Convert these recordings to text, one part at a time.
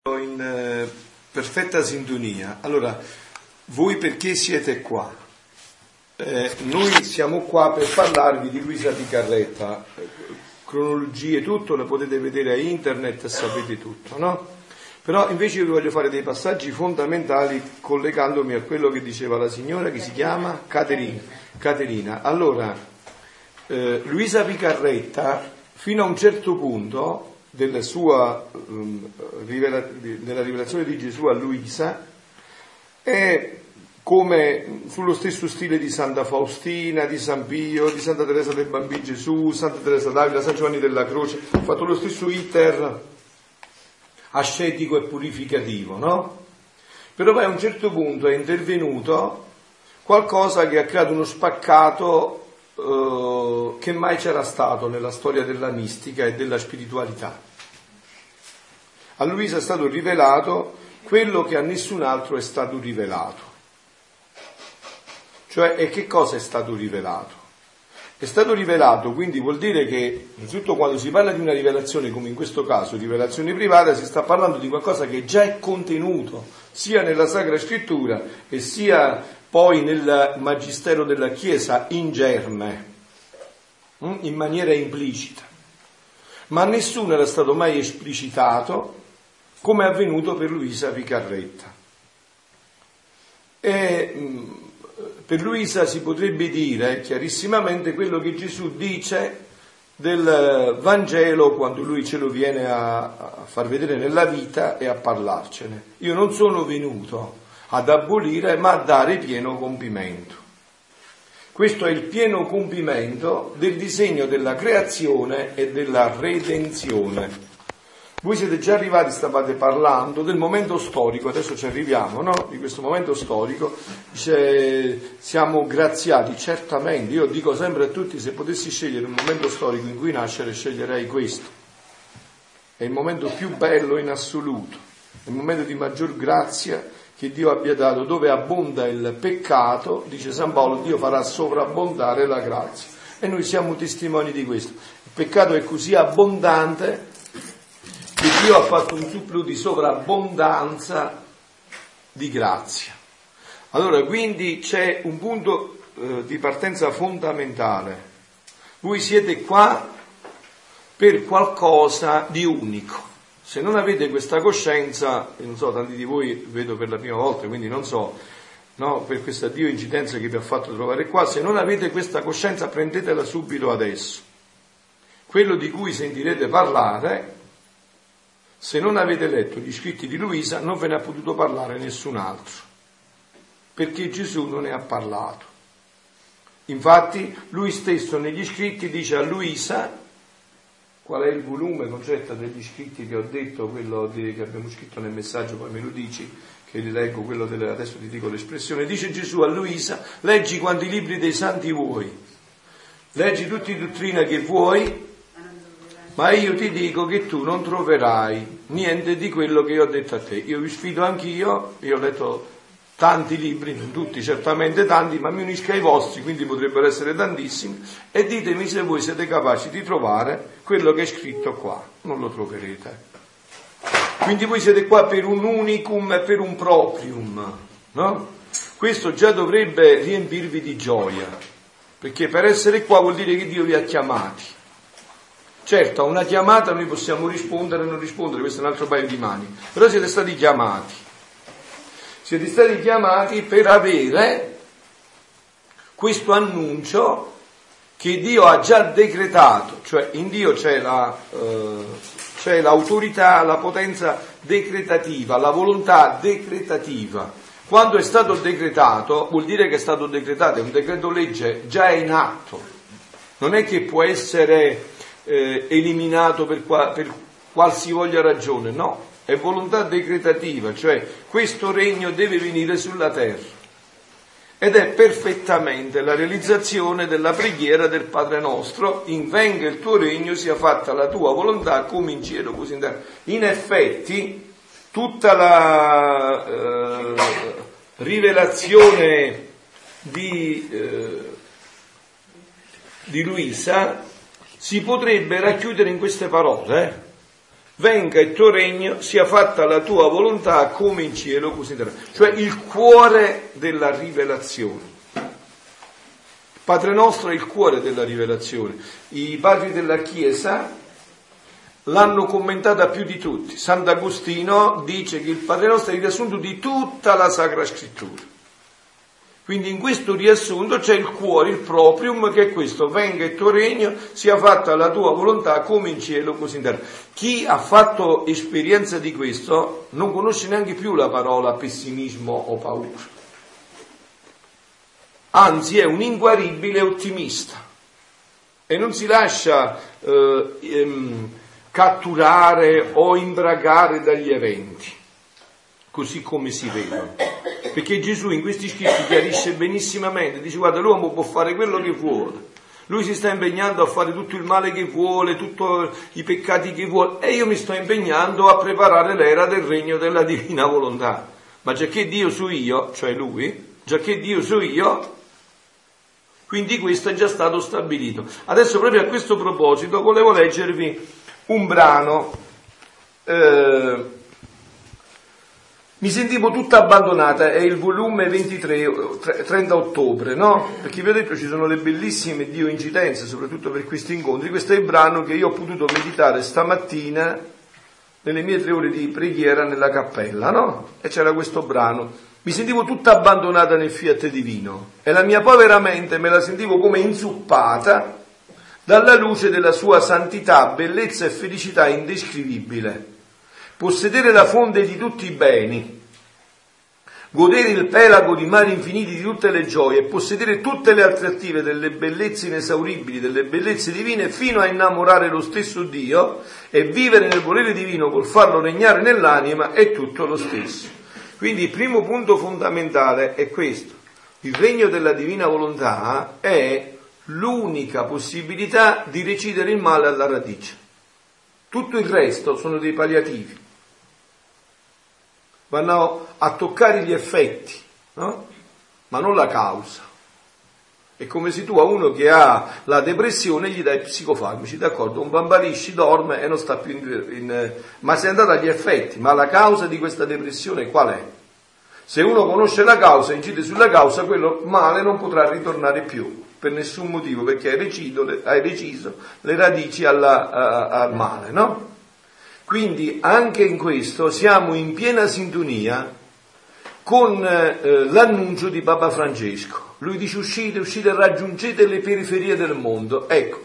in perfetta sintonia. Allora, voi perché siete qua? Noi siamo qua per parlarvi di Luisa Picarretta. Cronologie, tutto lo potete vedere a internet e sapete tutto, no? Però invece io vi voglio fare dei passaggi fondamentali collegandomi a quello che diceva la signora che si chiama Caterina. Allora, Luisa Picarretta fino a un certo punto della sua della rivelazione di Gesù a Luisa è come sullo stesso stile di Santa Faustina, di San Pio, di Santa Teresa del Bambino Gesù, Santa Teresa d'Avila, San Giovanni della Croce, ha fatto lo stesso iter ascetico e purificativo, no? Però poi a un certo punto è intervenuto qualcosa che ha creato uno spaccato che mai c'era stato nella storia della mistica e della spiritualità. A Luisa è stato rivelato quello che a nessun altro è stato rivelato. Cioè, e che cosa è stato rivelato? È stato rivelato, quindi vuol dire che, innanzitutto quando si parla di una rivelazione, come in questo caso, rivelazione privata, si sta parlando di qualcosa che già è contenuto, sia nella Sacra Scrittura e sia poi nel Magistero della Chiesa in germe, in maniera implicita. Ma nessuno era stato mai esplicitato come è avvenuto per Luisa Picarretta. E per Luisa si potrebbe dire chiarissimamente quello che Gesù dice del Vangelo quando lui ce lo viene a far vedere nella vita e a parlarcene. Io non sono venuto ad abolire ma a dare pieno compimento. Questo è il pieno compimento del disegno della creazione e della redenzione. Voi siete già arrivati, stavate parlando del momento storico, adesso ci arriviamo, no? Di questo momento storico, dice, siamo graziati, certamente, io dico sempre a tutti, se potessi scegliere un momento storico in cui nascere, sceglierei questo. È il momento più bello in assoluto, è il momento di maggior grazia che Dio abbia dato, dove abbonda il peccato, dice San Paolo, Dio farà sovrabbondare la grazia. E noi siamo testimoni di questo. Il peccato è così abbondante che Dio ha fatto un supplo di sovrabbondanza di grazia. Allora, quindi c'è un punto di partenza fondamentale. Voi siete qua per qualcosa di unico. Se non avete questa coscienza, e non so, tanti di voi vedo per la prima volta, quindi non so, no, per questa Dio incidenza che vi ha fatto trovare qua, se non avete questa coscienza prendetela subito adesso. Quello di cui sentirete parlare, se non avete letto gli scritti di Luisa, non ve ne ha potuto parlare nessun altro, perché Gesù non ne ha parlato. Infatti lui stesso negli scritti dice a Luisa, qual è il volume concetto degli scritti che ho detto, quello che abbiamo scritto nel messaggio, poi me lo dici, che li leggo, quello adesso ti dico l'espressione, dice Gesù a Luisa, leggi quanti libri dei santi vuoi, leggi tutti dottrina che vuoi, ma io ti dico che tu non troverai niente di quello che io ho detto a te. Io vi sfido anch'io, io ho letto tanti libri, non tutti, certamente tanti, ma mi unisco ai vostri, quindi potrebbero essere tantissimi, e ditemi se voi siete capaci di trovare quello che è scritto qua. Non lo troverete. Quindi voi siete qua per un unicum e per un proprium, no? Questo già dovrebbe riempirvi di gioia, perché per essere qua vuol dire che Dio vi ha chiamati. Certo, a una chiamata noi possiamo rispondere o non rispondere, questo è un altro paio di mani, però siete stati chiamati. Siete stati chiamati per avere questo annuncio che Dio ha già decretato, cioè in Dio c'è l'autorità, la potenza decretativa, la volontà decretativa. Quando è stato decretato vuol dire che è stato decretato, è un decreto legge già in atto, non è che può essere eliminato per qualsivoglia ragione, no, è volontà decretativa, cioè questo regno deve venire sulla terra ed è perfettamente la realizzazione della preghiera del Padre nostro, venga il tuo regno, sia fatta la tua volontà come in cielo così in terra. In effetti tutta la rivelazione di Luisa si potrebbe racchiudere in queste parole, venga il tuo regno, sia fatta la tua volontà come in cielo così in terra. Cioè il cuore della rivelazione. Padre nostro è il cuore della rivelazione. I padri della Chiesa l'hanno commentata più di tutti. Sant'Agostino dice che il Padre nostro è il riassunto di tutta la Sacra Scrittura. Quindi in questo riassunto c'è il cuore, il proprium, che è questo: venga il tuo regno, sia fatta la tua volontà come in cielo così in terra. Chi ha fatto esperienza di questo non conosce neanche più la parola pessimismo o paura. Anzi è un inguaribile ottimista e non si lascia catturare o imbragare dagli eventi, così come si vedono. Perché Gesù in questi scritti chiarisce benissimamente, dice: guarda, l'uomo può fare quello che vuole, lui si sta impegnando a fare tutto il male che vuole, tutti i peccati che vuole, e io mi sto impegnando a preparare l'era del regno della divina volontà. Ma già che Dio so io, cioè lui, già che Dio so io, quindi questo è già stato stabilito. Adesso proprio a questo proposito volevo leggervi un brano. Mi sentivo tutta abbandonata, è il volume 23, 30 ottobre, no? Perché vi ho detto ci sono le bellissime Dio incidenze, soprattutto per questi incontri. Questo è il brano che io ho potuto meditare stamattina nelle mie 3 ore di preghiera nella cappella, no? E c'era questo brano. Mi sentivo tutta abbandonata nel fiat divino e la mia povera mente me la sentivo come inzuppata dalla luce della sua santità, bellezza e felicità indescrivibile. Possedere la fonte di tutti i beni, godere il pelago di mari infiniti di tutte le gioie e possedere tutte le attrattive delle bellezze inesauribili, delle bellezze divine, fino a innamorare lo stesso Dio e vivere nel volere divino col farlo regnare nell'anima, è tutto lo stesso. Quindi il primo punto fondamentale è questo: il regno della divina volontà è l'unica possibilità di recidere il male alla radice. Tutto il resto sono dei palliativi, vanno a toccare gli effetti, no? Ma non la causa. È come se tu a uno che ha la depressione gli dai psicofarmaci, d'accordo, un bambalisci, dorme e non sta più ma sei andato agli effetti. Ma la causa di questa depressione qual è? Se uno conosce la causa e incide sulla causa, quello male non potrà ritornare più per nessun motivo, perché hai reciso le radici al male, no? Quindi anche in questo siamo in piena sintonia con l'annuncio di Papa Francesco. Lui dice: uscite, uscite, raggiungete le periferie del mondo. Ecco,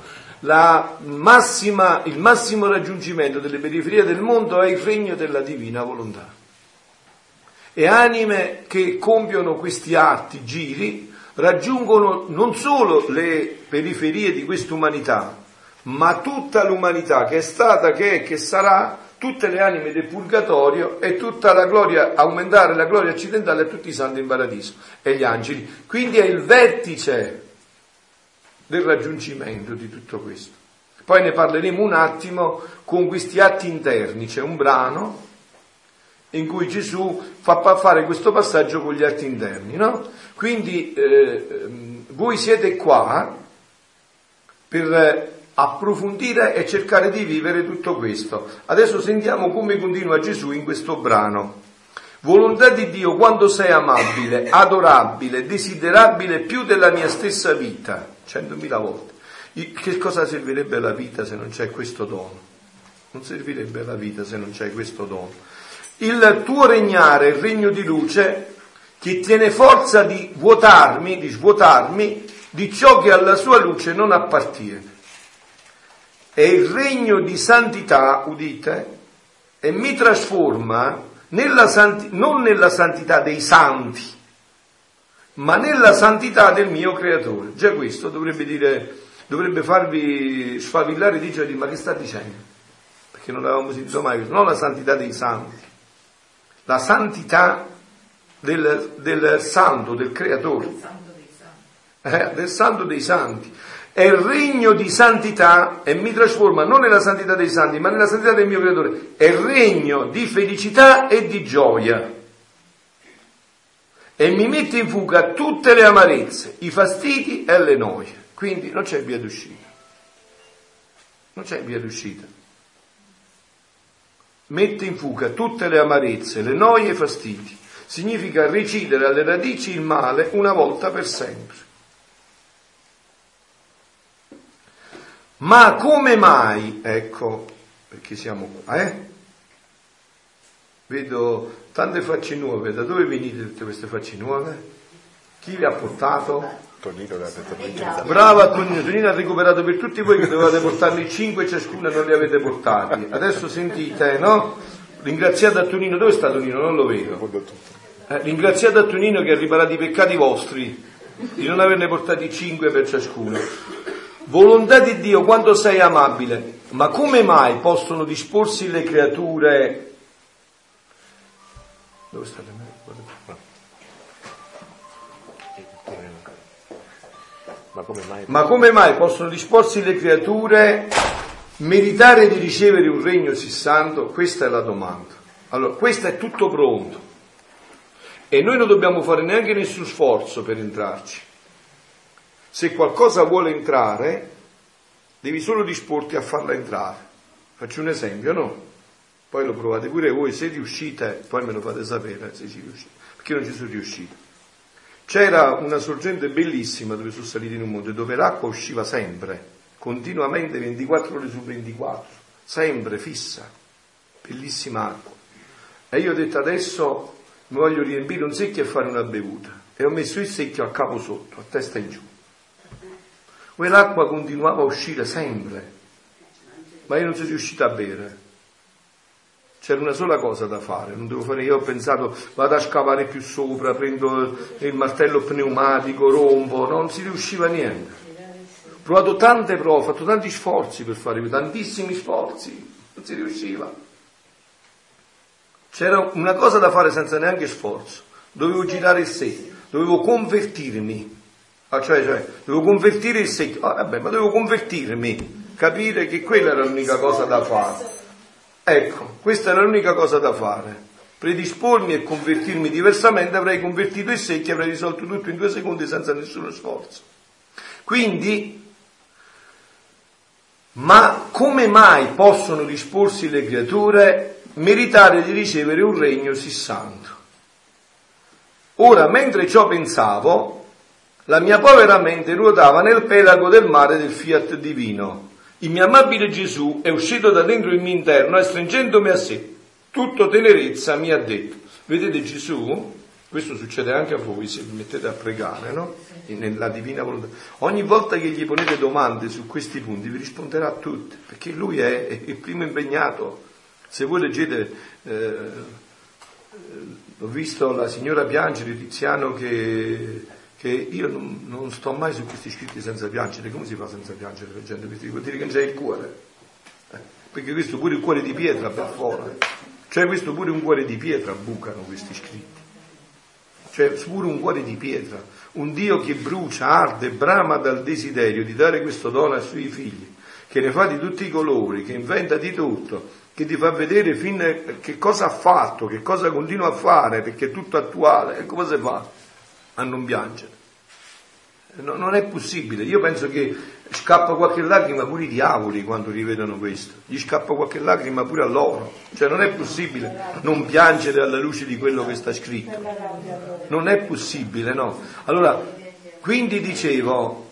il massimo raggiungimento delle periferie del mondo è il regno della divina volontà. E anime che compiono questi atti, giri, raggiungono non solo le periferie di quest'umanità, ma tutta l'umanità che è stata, che è, che sarà, tutte le anime del purgatorio e tutta la gloria, aumentare la gloria occidentale a tutti i santi in paradiso e gli angeli. Quindi è il vertice del raggiungimento di tutto questo. Poi ne parleremo un attimo con questi atti interni. C'è un brano in cui Gesù fa fare questo passaggio con gli atti interni, no? Quindi voi siete qua per approfondire e cercare di vivere tutto questo. Adesso sentiamo come continua Gesù in questo brano. Volontà di Dio, quando sei amabile, adorabile, desiderabile più della mia stessa vita, 100.000 volte. Che cosa servirebbe la vita se non c'è questo dono? Non servirebbe la vita se non c'è questo dono. Il tuo regnare, il regno di luce, che tiene forza di svuotarmi di ciò che alla sua luce non appartiene. È il regno di santità, udite, e mi trasforma non nella santità dei santi, ma nella santità del mio creatore. Già questo dovrebbe farvi sfavillare, dice: ma che sta dicendo? Perché non l'avevamo sentito mai questo. Non la santità dei santi, la santità del santo, del creatore, del santo dei santi. È il regno di santità e mi trasforma non nella santità dei santi, ma nella santità del mio creatore. È il regno di felicità e di gioia. E mi mette in fuga tutte le amarezze, i fastidi e le noie. Quindi non c'è via d'uscita. Non c'è via d'uscita. mette in fuga tutte le amarezze, le noie e i fastidi. Significa recidere alle radici il male una volta per sempre. Ma come mai, ecco, perché siamo qua, Vedo tante facce nuove. Da dove venite tutte queste facce nuove? Chi le ha portato? Tonino le ha detto. Brava Tonino. Tonino ha recuperato per tutti voi che dovevate portarne 5 ciascuno e non li avete portati. Adesso sentite, no? Ringraziate a Tonino. Dove sta Tonino? Non lo vedo. Ringraziate a Tonino che ha riparato i peccati vostri di non averne portati 5 per ciascuno. Volontà di Dio, quanto sei amabile. Ma come mai possono disporsi le creature? Dove state? Ma come mai possono disporsi le creature meritare di ricevere un regno sì santo? Questa è la domanda. Allora, questo è tutto pronto e noi non dobbiamo fare neanche nessun sforzo per entrarci. Se qualcosa vuole entrare, devi solo disporti a farla entrare. Faccio un esempio, no? Poi lo provate pure voi, se riuscite, poi me lo fate sapere se ci riuscite, perché io non ci sono riuscito. C'era una sorgente bellissima dove sono salito in un monte, dove l'acqua usciva sempre, continuamente, 24 ore su 24, sempre, fissa, bellissima acqua. E io ho detto adesso mi voglio riempire un secchio e fare una bevuta. E ho messo il secchio a capo sotto, a testa in giù. Quell'acqua continuava a uscire sempre, ma io non sono riuscito a bere. C'era una sola cosa da fare, non devo fare. Io ho pensato, vado a scavare più sopra, prendo il martello pneumatico, rompo, non si riusciva a niente. Ho provato tante prove, ho fatto tanti sforzi per fare, tantissimi sforzi, non si riusciva. C'era una cosa da fare senza neanche sforzo, dovevo girare il secchio, dovevo convertirmi, cioè dovevo convertire il secchio, ma dovevo convertirmi, capire che quella era l'unica cosa da fare. Ecco, questa era l'unica cosa da fare, predispormi e convertirmi. Diversamente avrei convertito il secchio e avrei risolto tutto in 2 secondi senza nessuno sforzo. Quindi, ma come mai possono disporsi le creature meritare di ricevere un regno sì santo? Ora, mentre ciò pensavo, la mia povera mente ruotava nel pelago del mare del fiat divino. Il mio amabile Gesù è uscito da dentro il mio interno e stringendomi a sé, tutto tenerezza mi ha detto. Vedete Gesù? Questo succede anche a voi se vi mettete a pregare, no? Nella divina volontà. Ogni volta che gli ponete domande su questi punti vi risponderà a tutte, perché lui è il primo impegnato. Se voi leggete, ho visto la signora piangere, Tiziano, che io non sto mai su questi scritti senza piangere. Come si fa senza piangere leggendo questi? Vuol dire che non c'è il cuore, perché questo pure il cuore di pietra per fuori, cioè questo pure un cuore di pietra bucano questi scritti, cioè pure un cuore di pietra, un Dio che brucia, arde, brama dal desiderio di dare questo dono ai suoi figli, che ne fa di tutti i colori, che inventa di tutto, che ti fa vedere che cosa ha fatto, che cosa continua a fare, perché è tutto attuale. E come si fa a non piangere? Non è possibile. Io penso che scappa qualche lacrima pure i diavoli quando rivedono questo, gli scappa qualche lacrima pure a loro, cioè non è possibile non piangere alla luce di quello che sta scritto, non è possibile, no? Allora, quindi dicevo,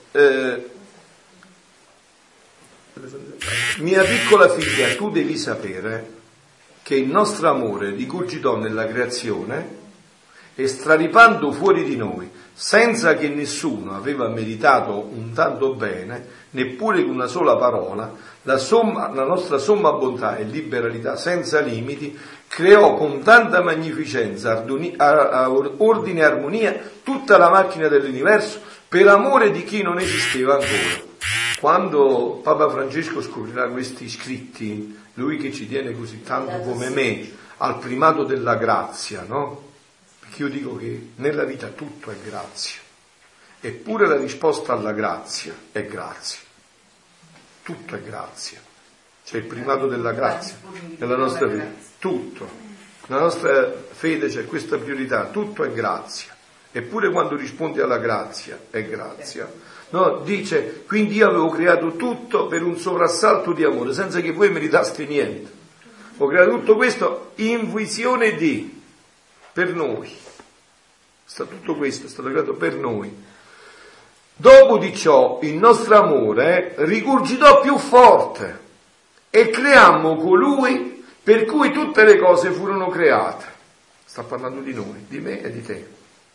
mia piccola figlia, tu devi sapere che il nostro amore rigurgitò nella creazione e straripando fuori di noi, senza che nessuno aveva meritato un tanto bene, neppure con una sola parola, la nostra somma bontà e liberalità senza limiti, creò con tanta magnificenza, ordine e armonia tutta la macchina dell'universo per amore di chi non esisteva ancora. Quando Papa Francesco scoprirà questi scritti, lui che ci tiene così tanto come me al primato della grazia, no? Perché io dico che nella vita tutto è grazia, eppure la risposta alla grazia è grazia, tutto è grazia, c'è il primato della grazia nella nostra vita, tutto, nella nostra fede c'è questa priorità, tutto è grazia, eppure quando rispondi alla grazia è grazia. No, dice, quindi io avevo creato tutto per un soprassalto di amore, senza che voi meritaste niente. Ho creato tutto questo in visione di, per noi. Tutto questo è stato creato per noi. Dopo di ciò il nostro amore rigurgitò più forte e creammo colui per cui tutte le cose furono create. Sta parlando di noi, di me e di te.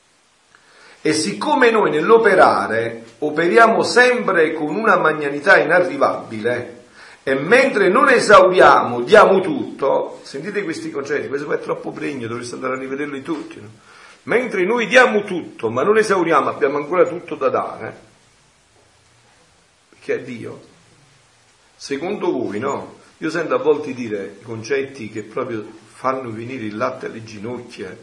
E siccome noi nell'operare operiamo sempre con una magnanità inarrivabile, e mentre non esauriamo diamo tutto, sentite questi concetti, questo poi è troppo pregno, dovreste andare a rivederli tutti, no? Mentre noi diamo tutto ma non esauriamo, abbiamo ancora tutto da dare, che è Dio. Secondo voi, no? Io sento a volte dire concetti che proprio fanno venire il latte alle ginocchia,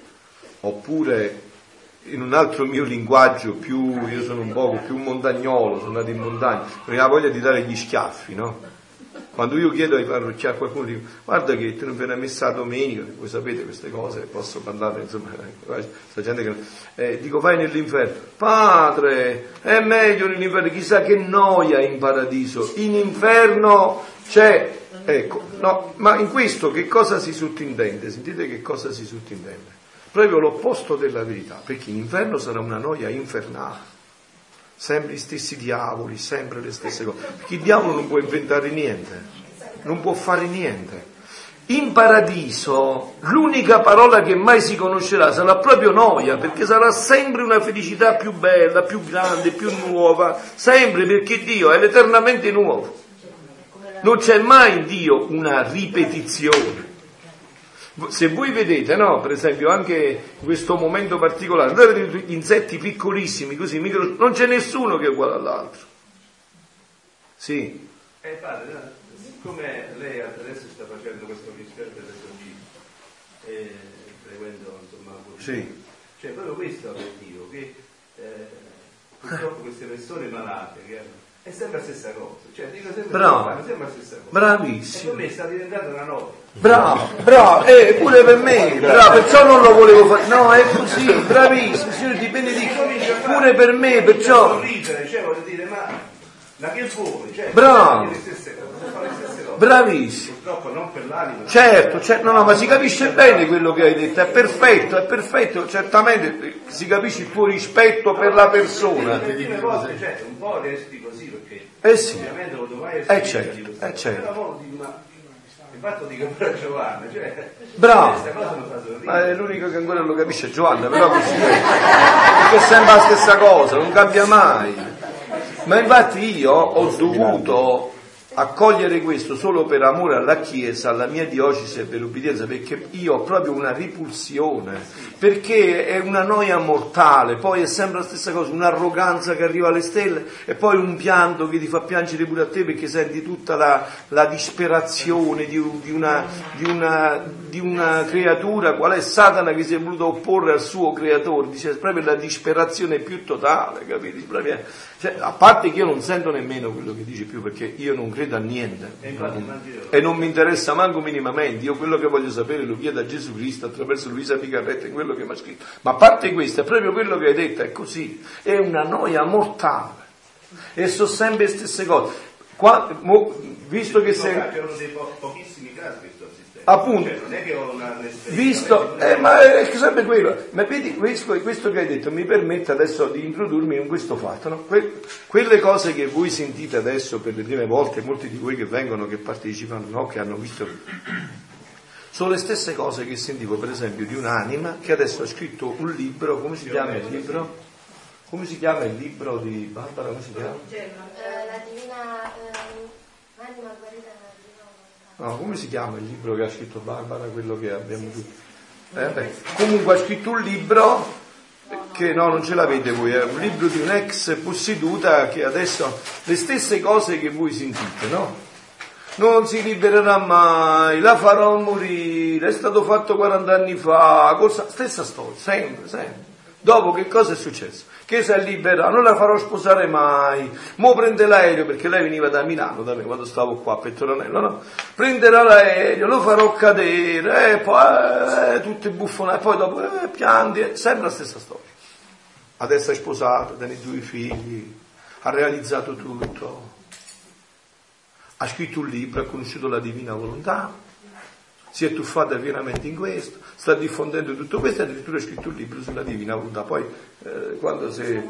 oppure in un altro mio linguaggio io sono un poco più montagnolo, sono andato in montagna, non ho voglia di dare gli schiaffi, no? Quando io chiedo ai parrocchiani a qualcuno, dico, guarda che tu non viene messa domenica, voi sapete queste cose, posso parlare, insomma, questa gente che dico vai nell'inferno, padre, è meglio nell'inferno, chissà che noia in paradiso, in inferno c'è, ecco, no, ma in questo che cosa si sottintende? Sentite che cosa si sottintende? Proprio l'opposto della verità, perché in inferno sarà una noia infernale. Sempre gli stessi diavoli, sempre le stesse cose. Perché il diavolo non può inventare niente, non può fare niente. In paradiso l'unica parola che mai si conoscerà sarà proprio noia, perché sarà sempre una felicità più bella, più grande, più nuova, sempre, perché Dio è l'eternamente nuovo. Non c'è mai in Dio una ripetizione. Se voi vedete, no, per esempio anche in questo momento particolare, andate a vedere gli insetti piccolissimi, così, non c'è nessuno che è uguale all'altro. Sì. Padre, siccome lei adesso sta facendo questo rispetto dell'esorcismo, seguendo insomma sì. Cioè proprio questo è l'obiettivo, che purtroppo queste persone malate che hanno, è sempre la stessa cosa, cioè dico sempre, sempre la stessa cosa. Bravissimo. E per me sta diventando una noia. Bravo, pure per me, bravo, perciò non lo volevo fare, no, è così, bravissimo, Signore ti benedica, pure per me, perciò. Sorridere, cioè voglio dire, ma che vuoi, cioè, bravo, le stesse cose. Bravissimo. Purtroppo non per l'anima. Certo, no, ma si capisce bene quello che hai detto, è perfetto, certamente si capisce il tuo rispetto per la persona. Alcune volte, cioè, un po' resti così, perché sì. ovviamente non dovrai essere certo. Però il fatto di comprare Giovanna, cioè, bravo, questa cosa mi fa sorridere. ma è l'unico che ancora lo capisce Giovanna, però così perché è sempre la stessa cosa, non cambia mai. Ma infatti io ho dovuto accogliere questo solo per amore alla Chiesa, alla mia diocesi e per ubbidienza, perché io ho proprio una ripulsione, perché è una noia mortale, poi è sempre la stessa cosa, un'arroganza che arriva alle stelle e poi un pianto che ti fa piangere pure a te perché senti tutta la disperazione di una creatura qual è Satana che si è voluto opporre al suo creatore, dice proprio la disperazione più totale, capite? Cioè, a parte che io non sento nemmeno quello che dice più, perché io non credo a niente e non mi interessa manco minimamente. Io quello che voglio sapere lo chiedo a Gesù Cristo attraverso Luisa Picarretta, in quello che mi ha scritto. Ma a parte questo, è proprio quello che hai detto, è così, è una noia mortale e sono sempre le stesse cose. Visto che sei dei pochissimi casi che sto assistendo, appunto, cioè, non è che ho un'esperienza visto, ma è sempre quello. Ma vedi, questo che hai detto mi permette adesso di introdurmi in questo fatto, no? Quelle cose che voi sentite adesso per le prime volte, molti di voi che vengono, che partecipano, no? Che hanno visto, sono le stesse cose che sentivo per esempio di un'anima che adesso ha scritto un libro. Come si chiama il libro? Come si chiama il libro di Barbara? Come si chiama? La divina anima guarita. No, come si chiama il libro che ha scritto Barbara, quello che abbiamo tutti? Comunque ha scritto un libro che no, non ce l'avete voi, è un libro di un'ex posseduta che adesso le stesse cose che voi sentite, no? Non si libererà mai, la farò morire, è stato fatto 40 anni fa, stessa storia, sempre. Dopo che cosa è successo? Che si è liberato, non la farò sposare mai, mo prende l'aereo, perché lei veniva da Milano da me quando stavo qua a Pettoranello, no? Prenderà l'aereo, lo farò cadere, poi tutte buffonate, poi dopo pianti, sempre la stessa storia. Adesso è sposato, tiene 2 figli, ha realizzato tutto, ha scritto un libro, ha conosciuto la divina volontà, si è tuffata pienamente in questo, sta diffondendo tutto questo, addirittura ha scritto un libro sulla divina volontà. Poi quando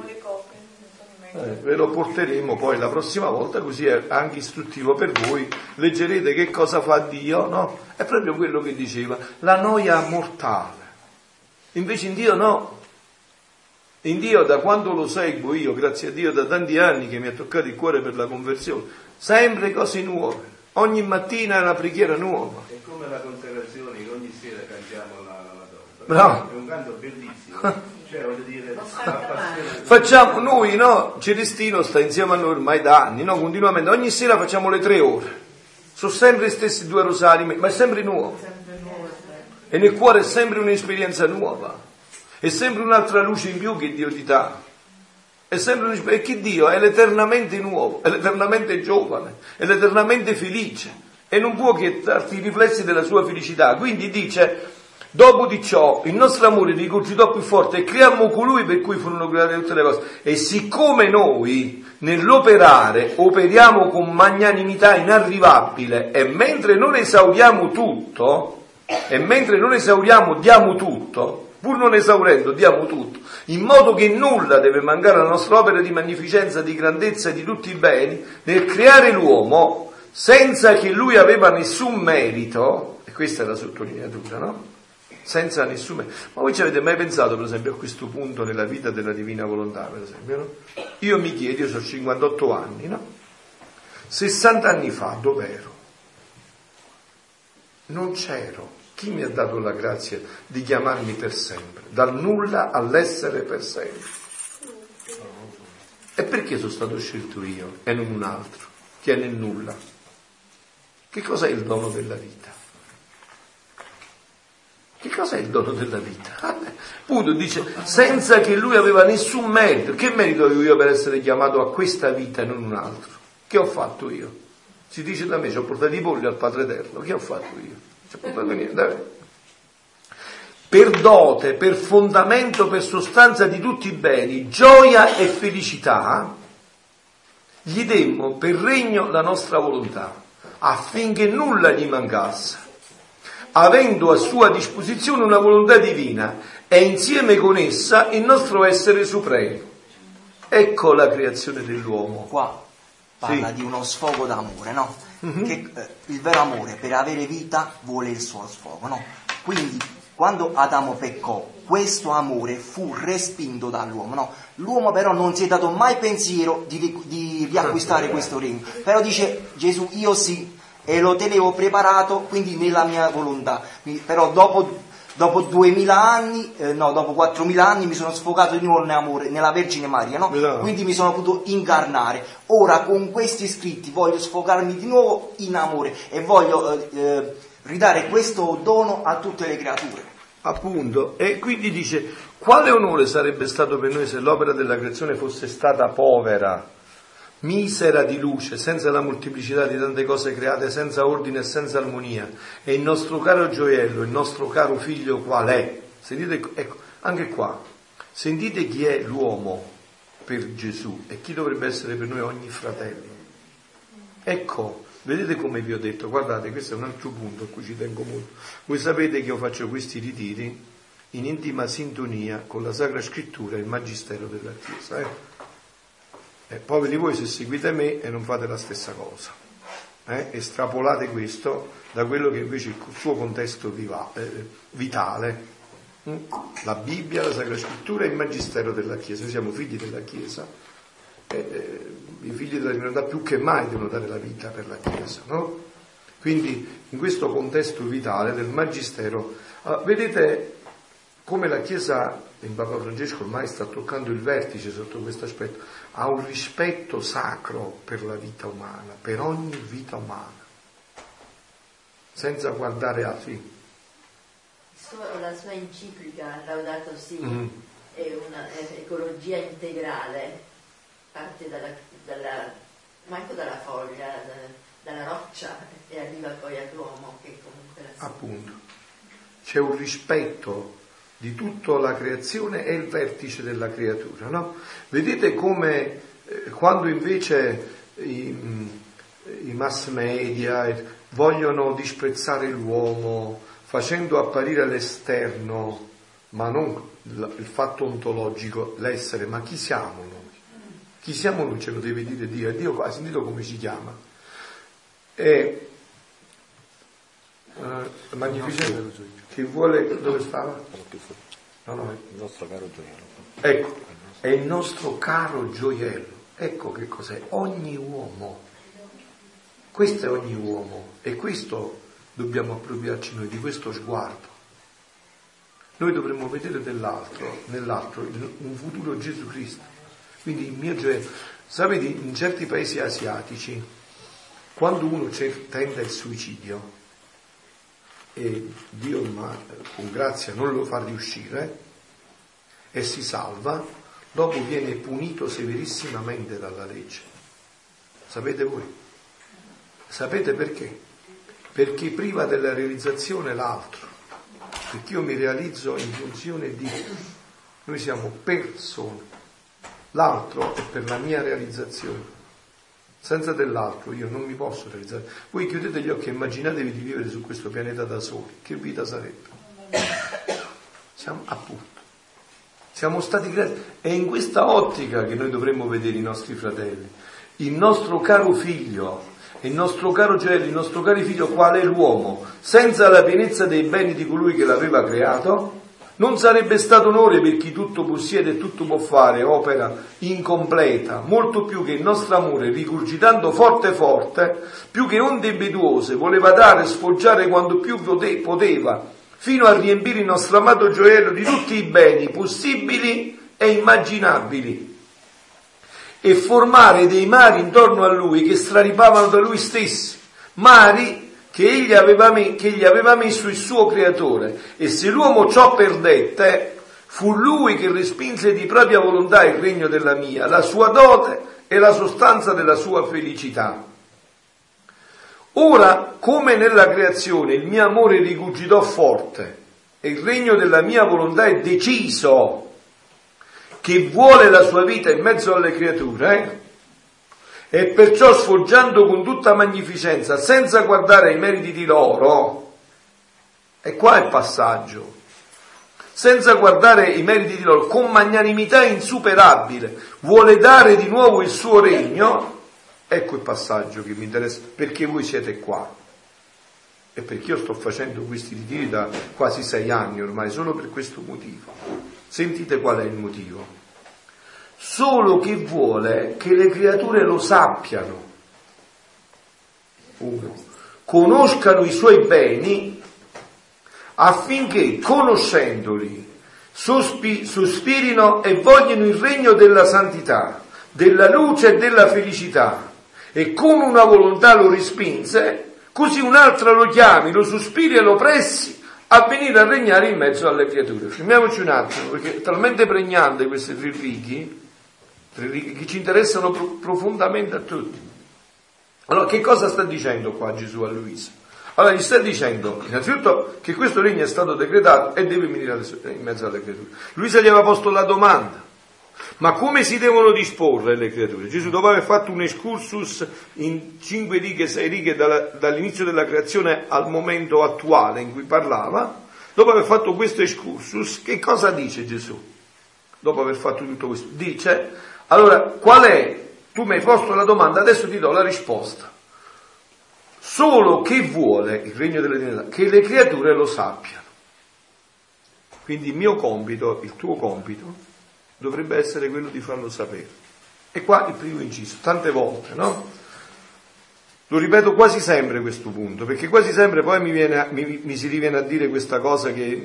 ve lo porteremo poi la prossima volta, così è anche istruttivo per voi, leggerete che cosa fa Dio, no? È proprio quello che diceva, la noia mortale. Invece in Dio no. In Dio, da quando lo seguo io, grazie a Dio, da tanti anni che mi ha toccato il cuore per la conversione, sempre cose nuove, ogni mattina è una preghiera nuova. È come la consacrazione che ogni sera cantiamo la Madonna. Bravo. È un canto bellissimo. Cioè, voglio dire, la passione. Facciamo noi, no? Celestino sta insieme a noi ormai da anni, no? Continuamente, ogni sera facciamo le 3 ore. Sono sempre gli stessi 2 rosari, ma è sempre nuovo. E nel cuore è sempre un'esperienza nuova. È sempre un'altra luce in più che Dio ti dà. È sempre perché Dio è l'eternamente nuovo, è l'eternamente giovane, è l'eternamente felice e non può che darti i riflessi della sua felicità. Quindi dice, dopo di ciò il nostro amore rigurgitò più forte e creammo colui per cui furono create tutte le cose. E siccome noi nell'operare operiamo con magnanimità inarrivabile e mentre non esauriamo tutto, diamo tutto, pur non esaurendo diamo tutto, in modo che nulla deve mancare alla nostra opera di magnificenza, di grandezza e di tutti i beni, nel creare l'uomo senza che lui aveva nessun merito, e questa è la sottolineatura, no? Senza nessun merito. Ma voi ci avete mai pensato, per esempio, a questo punto nella vita della divina volontà, per esempio, no? Io mi chiedo, io ho 58 anni, no? 60 anni fa dov'ero? Non c'ero. Chi mi ha dato la grazia di chiamarmi per sempre? Dal nulla all'essere per sempre. E perché sono stato scelto io e non un altro, che è nel nulla? Che cos'è il dono della vita? Che cos'è il dono della vita? Pudo dice, senza che lui aveva nessun merito. Che merito avevo io per essere chiamato a questa vita e non un altro? Che ho fatto io? Si dice da me, ci ho portato i polli al Padre Eterno. Che ho fatto io? Per dote, per fondamento, per sostanza di tutti i beni, gioia e felicità, gli demmo per regno la nostra volontà, affinché nulla gli mancasse, avendo a sua disposizione una volontà divina e insieme con essa il nostro essere supremo. Ecco la creazione dell'uomo. Qua parla di uno sfogo d'amore, no? Che il vero amore per avere vita vuole il suo sfogo, no? Quindi quando Adamo peccò, questo amore fu respinto dall'uomo, no? L'uomo però non si è dato mai pensiero di riacquistare questo regno, però dice Gesù, io sì, e lo tenevo preparato, quindi nella mia volontà. Quindi, però dopo 2000 anni, dopo 4000 anni mi sono sfogato di nuovo nell'amore, nella Vergine Maria, no? Quindi mi sono potuto incarnare. Ora con questi scritti voglio sfogarmi di nuovo in amore e voglio ridare questo dono a tutte le creature. Appunto, e quindi dice, quale onore sarebbe stato per noi se l'opera della creazione fosse stata povera, misera di luce, senza la molteplicità di tante cose create, senza ordine e senza armonia, e il nostro caro gioiello, il nostro caro figlio qual è? Sentite, ecco, anche qua, sentite chi è l'uomo per Gesù e chi dovrebbe essere per noi ogni fratello. Ecco, vedete come vi ho detto, guardate, questo è un altro punto a cui ci tengo molto. Voi sapete che io faccio questi ritiri in intima sintonia con la Sacra Scrittura e il Magistero della Chiesa, poveri voi se seguite me e non fate la stessa cosa, estrapolate questo da quello che invece è il suo contesto vitale, la Bibbia, la Sacra Scrittura e il Magistero della Chiesa. Noi siamo figli della Chiesa, i figli della divinità più che mai devono dare la vita per la Chiesa, no? Quindi in questo contesto vitale del Magistero, vedete come la Chiesa, in Papa Francesco ormai sta toccando il vertice sotto questo aspetto, ha un rispetto sacro per la vita umana, per ogni vita umana, senza guardare altri. La sua enciclica Laudato Si è una ecologia integrale, parte manco dalla foglia, dalla roccia e arriva poi all'uomo che comunque appunto c'è un rispetto di tutta la creazione e il vertice della creatura, no? Vedete come quando invece i mass media vogliono disprezzare l'uomo facendo apparire all'esterno, ma non il fatto ontologico, l'essere, ma chi siamo noi? Chi siamo noi ce lo deve dire Dio, e Dio ha sentito come ci chiama. E magnificente, che vuole, dove stava? No, il nostro caro gioiello. Ecco, è il nostro caro gioiello. Ecco che cos'è, ogni uomo. Questo è ogni uomo, e questo dobbiamo appropriarci noi, di questo sguardo. Noi dovremmo vedere nell'altro un futuro Gesù Cristo. Quindi il mio gioiello. Sapete, in certi paesi asiatici, quando uno tenta il suicidio e Dio con grazia non lo fa riuscire e si salva, dopo viene punito severissimamente dalla legge. Sapete voi? Sapete perché? Perché priva della realizzazione l'altro. Perché io mi realizzo in funzione di... Noi siamo persone. L'altro è per la mia realizzazione. Senza dell'altro io non mi posso realizzare. Voi chiudete gli occhi e immaginatevi di vivere su questo pianeta da soli. Che vita sarebbe? Siamo stati creati. È in questa ottica che noi dovremmo vedere i nostri fratelli. Il nostro caro figlio, il nostro caro gioiello, il nostro caro figlio, qual è l'uomo? Senza la pienezza dei beni di colui che l'aveva creato, non sarebbe stato onore per chi tutto possiede e tutto può fare, opera incompleta, molto più che il nostro amore, rigurgitando forte forte, più che onde impetuose, voleva dare e sfoggiare quanto più poteva, fino a riempire il nostro amato gioiello di tutti i beni possibili e immaginabili, e formare dei mari intorno a lui che straripavano da lui stesso, mari che egli aveva messo il suo creatore. E se l'uomo ciò perdette, fu lui che respinse di propria volontà il regno della mia, la sua dote e la sostanza della sua felicità. Ora, come nella creazione, il mio amore rigurgitò forte e il regno della mia volontà è deciso, che vuole la sua vita in mezzo alle creature, e perciò sfoggiando con tutta magnificenza, senza guardare ai meriti di loro, e qua è il passaggio, senza guardare i meriti di loro, con magnanimità insuperabile, vuole dare di nuovo il suo regno. Ecco il passaggio che mi interessa, perché voi siete qua, e perché io sto facendo questi ritiri da quasi 6 anni ormai, solo per questo motivo. Sentite qual è il motivo. Solo che vuole che le creature lo sappiano. 1. Conoscano i suoi beni, affinché, conoscendoli, sospirino e vogliono il regno della santità, della luce e della felicità. E con una volontà lo respinse, così un'altra lo chiami, lo sospiri e lo pressi a venire a regnare in mezzo alle creature. Fermiamoci un attimo, perché è talmente pregnante queste 3 righe che ci interessano profondamente a tutti. Allora, che cosa sta dicendo qua Gesù a Luisa? Allora, gli sta dicendo innanzitutto che questo regno è stato decretato e deve venire in mezzo alle creature. Luisa gli aveva posto la domanda: ma come si devono disporre le creature? Gesù, dopo aver fatto un excursus in 5 righe, 6 righe dall'inizio della creazione al momento attuale in cui parlava, dopo aver fatto questo excursus, che cosa dice Gesù? Dopo aver fatto tutto questo, dice: allora, qual è? Tu mi hai posto la domanda, adesso ti do la risposta. Solo che vuole il regno della divinità, che le creature lo sappiano. Quindi il mio compito, il tuo compito, dovrebbe essere quello di farlo sapere. E qua il primo inciso, tante volte, no? Lo ripeto quasi sempre questo punto, perché quasi sempre poi mi si riviene a dire questa cosa che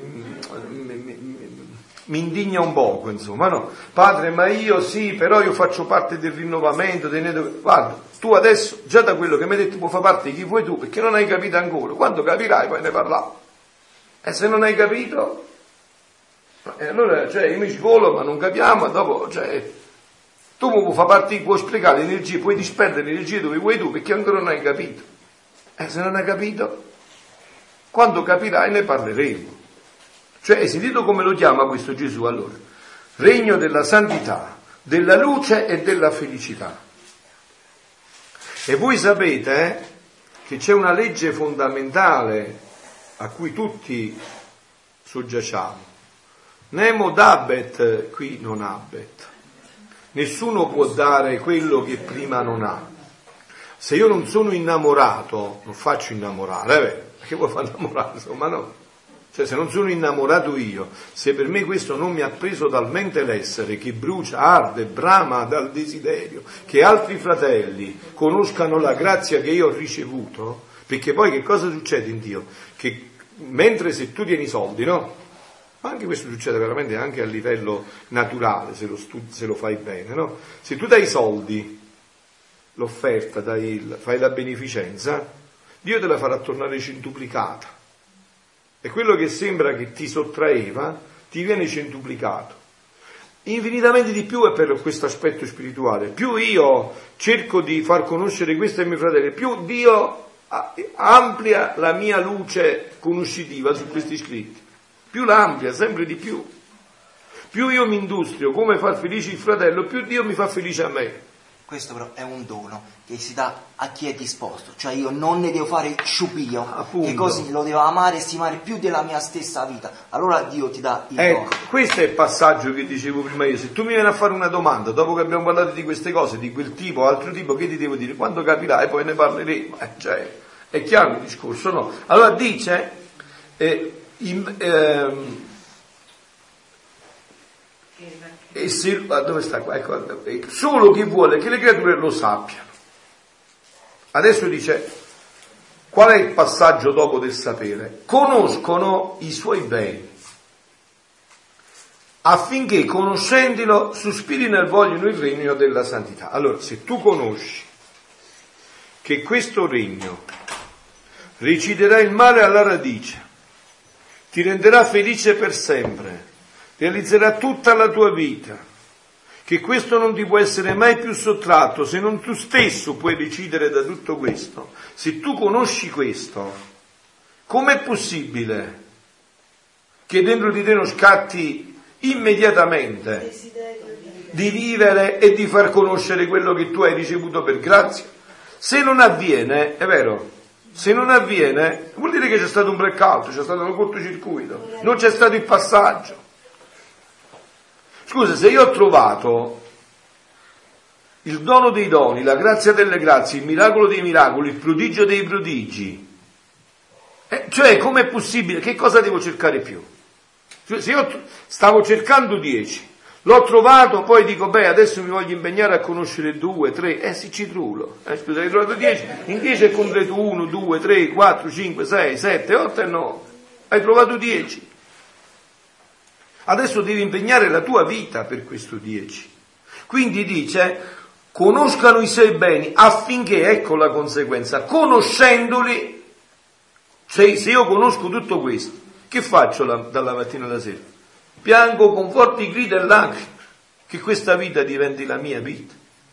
mi indigna un poco, insomma, no? Padre, ma io sì, però io faccio parte del rinnovamento, guarda, tu adesso, già da quello che mi hai detto, puoi fare parte di chi vuoi tu, perché non hai capito ancora. Quando capirai poi ne parliamo. E se non hai capito, allora, io mi scolo, ma non capiamo, dopo, tu puoi fare parte, puoi sprecare l'energia, puoi disperdere l'energia dove vuoi tu, perché ancora non hai capito. E se non hai capito, quando capirai ne parleremo. Hai sentito come lo chiama questo Gesù allora? Regno della santità, della luce e della felicità. E voi sapete che c'è una legge fondamentale a cui tutti soggiacciamo. Nemo dabet qui non habet. Nessuno può dare quello che prima non ha. Se io non sono innamorato, non faccio innamorare, perché vuoi fare innamorare? Insomma no. Cioè se non sono innamorato io, se per me questo non mi ha preso talmente l'essere che brucia, arde, brama dal desiderio, che altri fratelli conoscano la grazia che io ho ricevuto, perché poi che cosa succede in Dio? Che mentre se tu tieni i soldi, no? Ma anche questo succede veramente anche a livello naturale, se lo fai bene, no? Se tu dai i soldi, l'offerta, fai la beneficenza, Dio te la farà tornare centuplicata. E quello che sembra che ti sottraeva, ti viene centuplicato. Infinitamente di più è per questo aspetto spirituale. Più io cerco di far conoscere questo ai miei fratelli, più Dio amplia la mia luce conoscitiva su questi scritti. Più la amplia, sempre di più. Più io mi industrio come far felice il fratello, più Dio mi fa felice a me. Questo però è un dono che si dà a chi è disposto, cioè io non ne devo fare sciupio, che così lo devo amare e stimare più della mia stessa vita, allora Dio ti dà il dono. Questo è il passaggio che dicevo prima io. Se tu mi vieni a fare una domanda dopo che abbiamo parlato di queste cose, di quel tipo o altro tipo, che ti devo dire? Quando capirai poi ne parleremo, cioè, è chiaro il discorso, no? Allora dice e se, dove sta qua? Ecco, solo chi vuole che le creature lo sappiano. Adesso dice, qual è il passaggio dopo del sapere? Conoscono i suoi beni, affinché conoscendolo sospirino e vogliono il regno della santità. Allora, se tu conosci che questo regno reciderà il male alla radice, ti renderà felice per sempre, realizzerà tutta la tua vita, che questo non ti può essere mai più sottratto, se non tu stesso puoi decidere da tutto questo. Se tu conosci questo, com'è possibile che dentro di te non scatti immediatamente di vivere e di far conoscere quello che tu hai ricevuto per grazia? Se non avviene, è vero, se non avviene vuol dire che c'è stato un blackout, c'è stato un cortocircuito, non c'è stato il passaggio. Scusa, se io ho trovato il dono dei doni, la grazia delle grazie, il miracolo dei miracoli, il prodigio dei prodigi, cioè com'è possibile? Che cosa devo cercare più? Cioè, se io stavo cercando 10, l'ho trovato, poi dico, adesso mi voglio impegnare a conoscere 2, 3, sì, ci trulo. Scusa, hai trovato 10, in 10 è completo 1, 2, 3, 4, 5, 6, 7, 8 e 9. Hai trovato 10. Adesso devi impegnare la tua vita per questo 10. Quindi dice, conoscano i suoi beni affinché, ecco la conseguenza, conoscendoli, cioè se io conosco tutto questo, che faccio dalla mattina alla sera? Piango con forti grida e lacrime, che questa vita diventi la mia vita.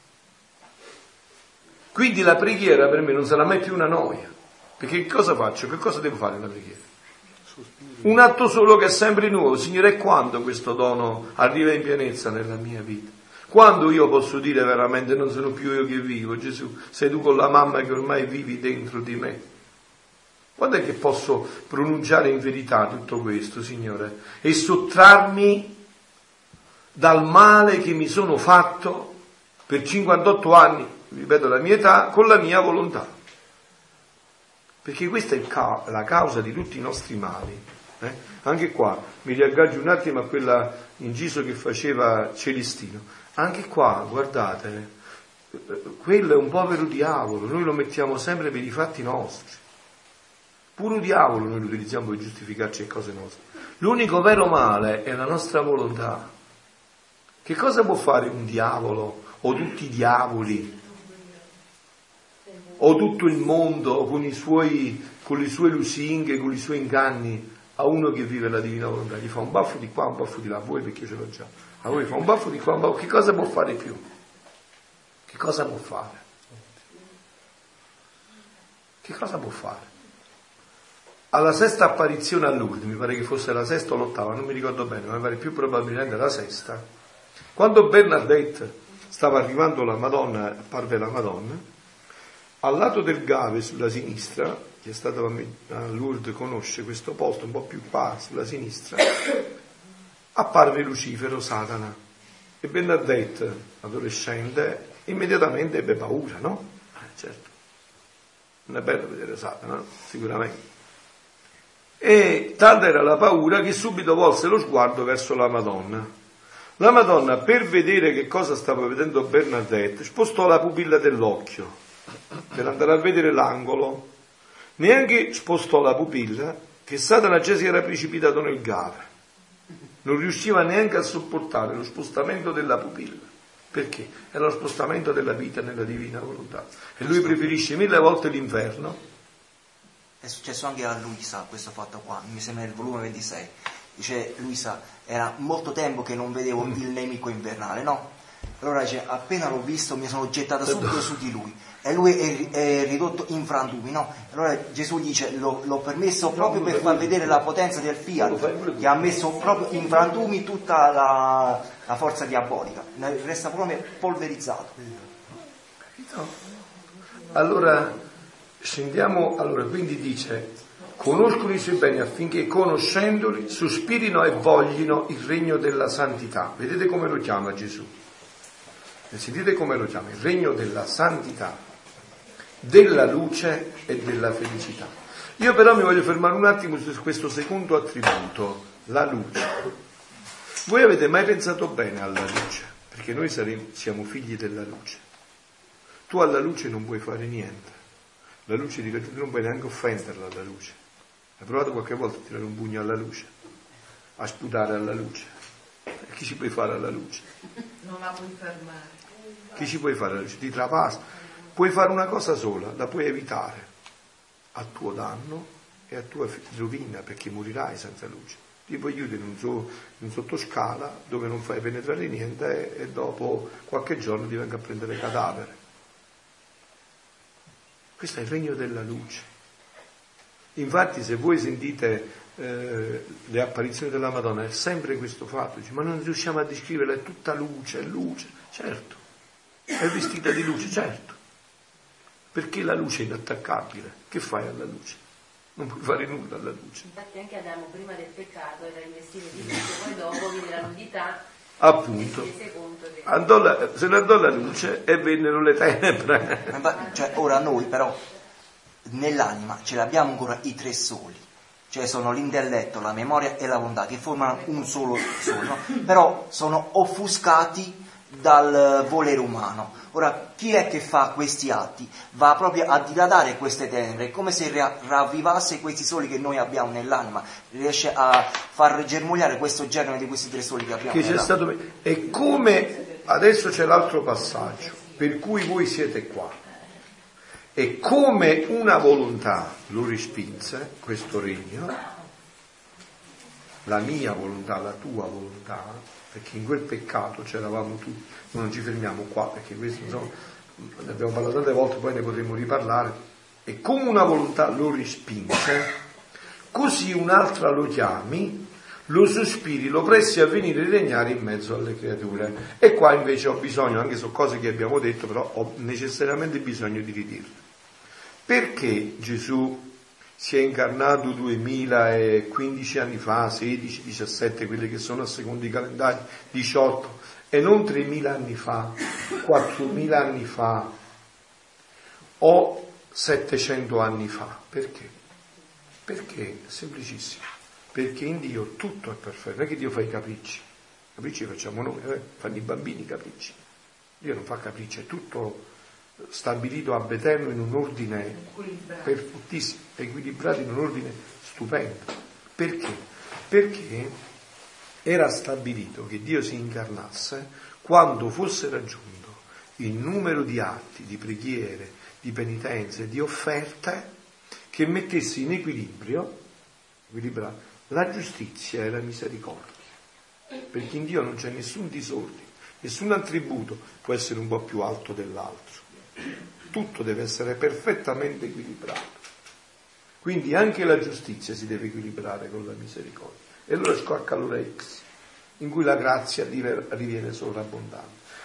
Quindi la preghiera per me non sarà mai più una noia, perché che cosa faccio? Che cosa devo fare nella preghiera? Un atto solo che è sempre nuovo. Signore, quando questo dono arriva in pienezza nella mia vita? Quando io posso dire veramente non sono più io che vivo, Gesù, sei tu con la mamma che ormai vivi dentro di me? Quando è che posso pronunciare in verità tutto questo, Signore, e sottrarmi dal male che mi sono fatto per 58 anni, ripeto la mia età, con la mia volontà? Perché questa è la causa di tutti i nostri mali. Anche qua mi riaggaggio un attimo a quella inciso che faceva Celestino. Anche qua, guardate, quello è un povero diavolo, noi lo mettiamo sempre per i fatti nostri. Puro diavolo noi lo utilizziamo per giustificarci le cose nostre. L'unico vero male è la nostra volontà. Che cosa può fare un diavolo o tutti i diavoli o tutto il mondo con le sue lusinghe, con i suoi inganni a uno che vive la divina volontà? Gli fa un baffo di qua, un baffo di là, a voi perché io ce l'ho già, a voi fa un baffo di qua, un baffo. Che cosa può fare più? Che cosa può fare? Che cosa può fare? Alla sesta apparizione a Lourdes, mi pare che fosse la sesta o l'ottava, non mi ricordo bene, ma mi pare più probabilmente la sesta, quando Bernadette stava arrivando la Madonna, apparve la Madonna, Al lato del Gave, sulla sinistra, chi è stato a Lourdes conosce questo posto un po' più qua, sulla sinistra, apparve Lucifero, Satana, e Bernadette, adolescente, immediatamente ebbe paura, no? Certo, non è bello vedere Satana, no? Sicuramente. E tanta era la paura che subito volse lo sguardo verso la Madonna. La Madonna, per vedere che cosa stava vedendo Bernadette, spostò la pupilla dell'occhio per andare a vedere l'angolo. Neanche spostò la pupilla che Satana già si era precipitato nel Gave. Non riusciva neanche a sopportare lo spostamento della pupilla. Perché? Era lo spostamento della vita nella divina volontà. E lui preferisce 1000 volte l'inferno. È successo anche a Luisa questo fatto qua, mi sembra nel volume 26. Dice Luisa, era molto tempo che non vedevo il nemico invernale, no? Allora dice, appena l'ho visto mi sono gettata subito su di lui e lui è ridotto in frantumi, no? Allora Gesù dice, l'ho permesso proprio per far vedere la potenza del Fiat, che ha messo proprio in frantumi tutta la forza diabolica, resta proprio polverizzato. Allora scendiamo, quindi dice, conoscono i suoi beni affinché conoscendoli sospirino e voglino il regno della santità. Vedete come lo chiama Gesù? E sentite come lo chiama, il regno della santità, della luce e della felicità. Io però mi voglio fermare un attimo su questo secondo attributo, la luce. Voi avete mai pensato bene alla luce? Perché noi siamo figli della luce. Tu alla luce non puoi fare niente. La luce non puoi neanche offenderla alla luce. Hai provato qualche volta a tirare un pugno alla luce? A sputare alla luce? E chi ci puoi fare alla luce? Non la puoi fermare. Chi ci puoi fare alla luce? Ti trapassa. Puoi fare una cosa sola, la puoi evitare a tuo danno e a tua rovina, perché morirai senza luce. Ti puoi chiudere in sottoscala dove non fai penetrare niente e dopo qualche giorno ti venga a prendere cadavere. Questo è il regno della luce. Infatti se voi sentite le apparizioni della Madonna è sempre questo fatto, dice, ma non riusciamo a descriverla, è tutta luce, è luce, certo, è vestita di luce, certo, perché la luce è inattaccabile. Che fai alla luce? Non puoi fare nulla alla luce. Infatti anche Adamo prima del peccato era investito di luce, poi dopo viene la nudità. Appunto, se ne andò la luce e vennero le tenebre. Cioè, ora noi però nell'anima ce l'abbiamo ancora i tre soli, cioè sono l'intelletto, la memoria e la volontà, che formano un solo no? Però sono offuscati dal volere umano. Ora, chi è che fa questi atti? Va proprio a dilatare queste tenebre, come se ravvivasse questi soli che noi abbiamo nell'anima, riesce a far germogliare questo germe di questi tre soli che abbiamo nell'anima. E come adesso c'è l'altro passaggio, per cui voi siete qua, e come una volontà lo respinse, questo regno, la mia volontà, la tua volontà, perché in quel peccato c'eravamo tutti, non ci fermiamo qua, perché questo insomma, ne abbiamo parlato tante volte, poi ne potremo riparlare, e come una volontà lo respinse, così un'altra lo chiami, lo sospiri, lo pressi a venire a regnare in mezzo alle creature. E qua invece ho bisogno, anche su cose che abbiamo detto, però ho necessariamente bisogno di ridirle. Perché Gesù si è incarnato 2015 anni fa, 16, 17, quelli che sono a secondo i calendari, 18, e non 3.000 anni fa, 4.000 anni fa, o 700 anni fa? Perché? Perché è semplicissimo. Perché in Dio tutto è perfetto. Non è che Dio fa i capricci. I capricci facciamo noi, fanno i bambini i capricci. Dio non fa capricci, è tutto stabilito ab eterno in un ordine perfettissimo, equilibrato in un ordine stupendo. Perché? Perché era stabilito che Dio si incarnasse quando fosse raggiunto il numero di atti, di preghiere, di penitenze, di offerte che mettesse in equilibrio la giustizia e la misericordia. Perché in Dio non c'è nessun disordine, nessun attributo può essere un po' più alto dell'altro. Tutto deve essere perfettamente equilibrato. Quindi anche la giustizia si deve equilibrare con la misericordia. E allora scocca l'orex, in cui la grazia riviene sovrabbondante.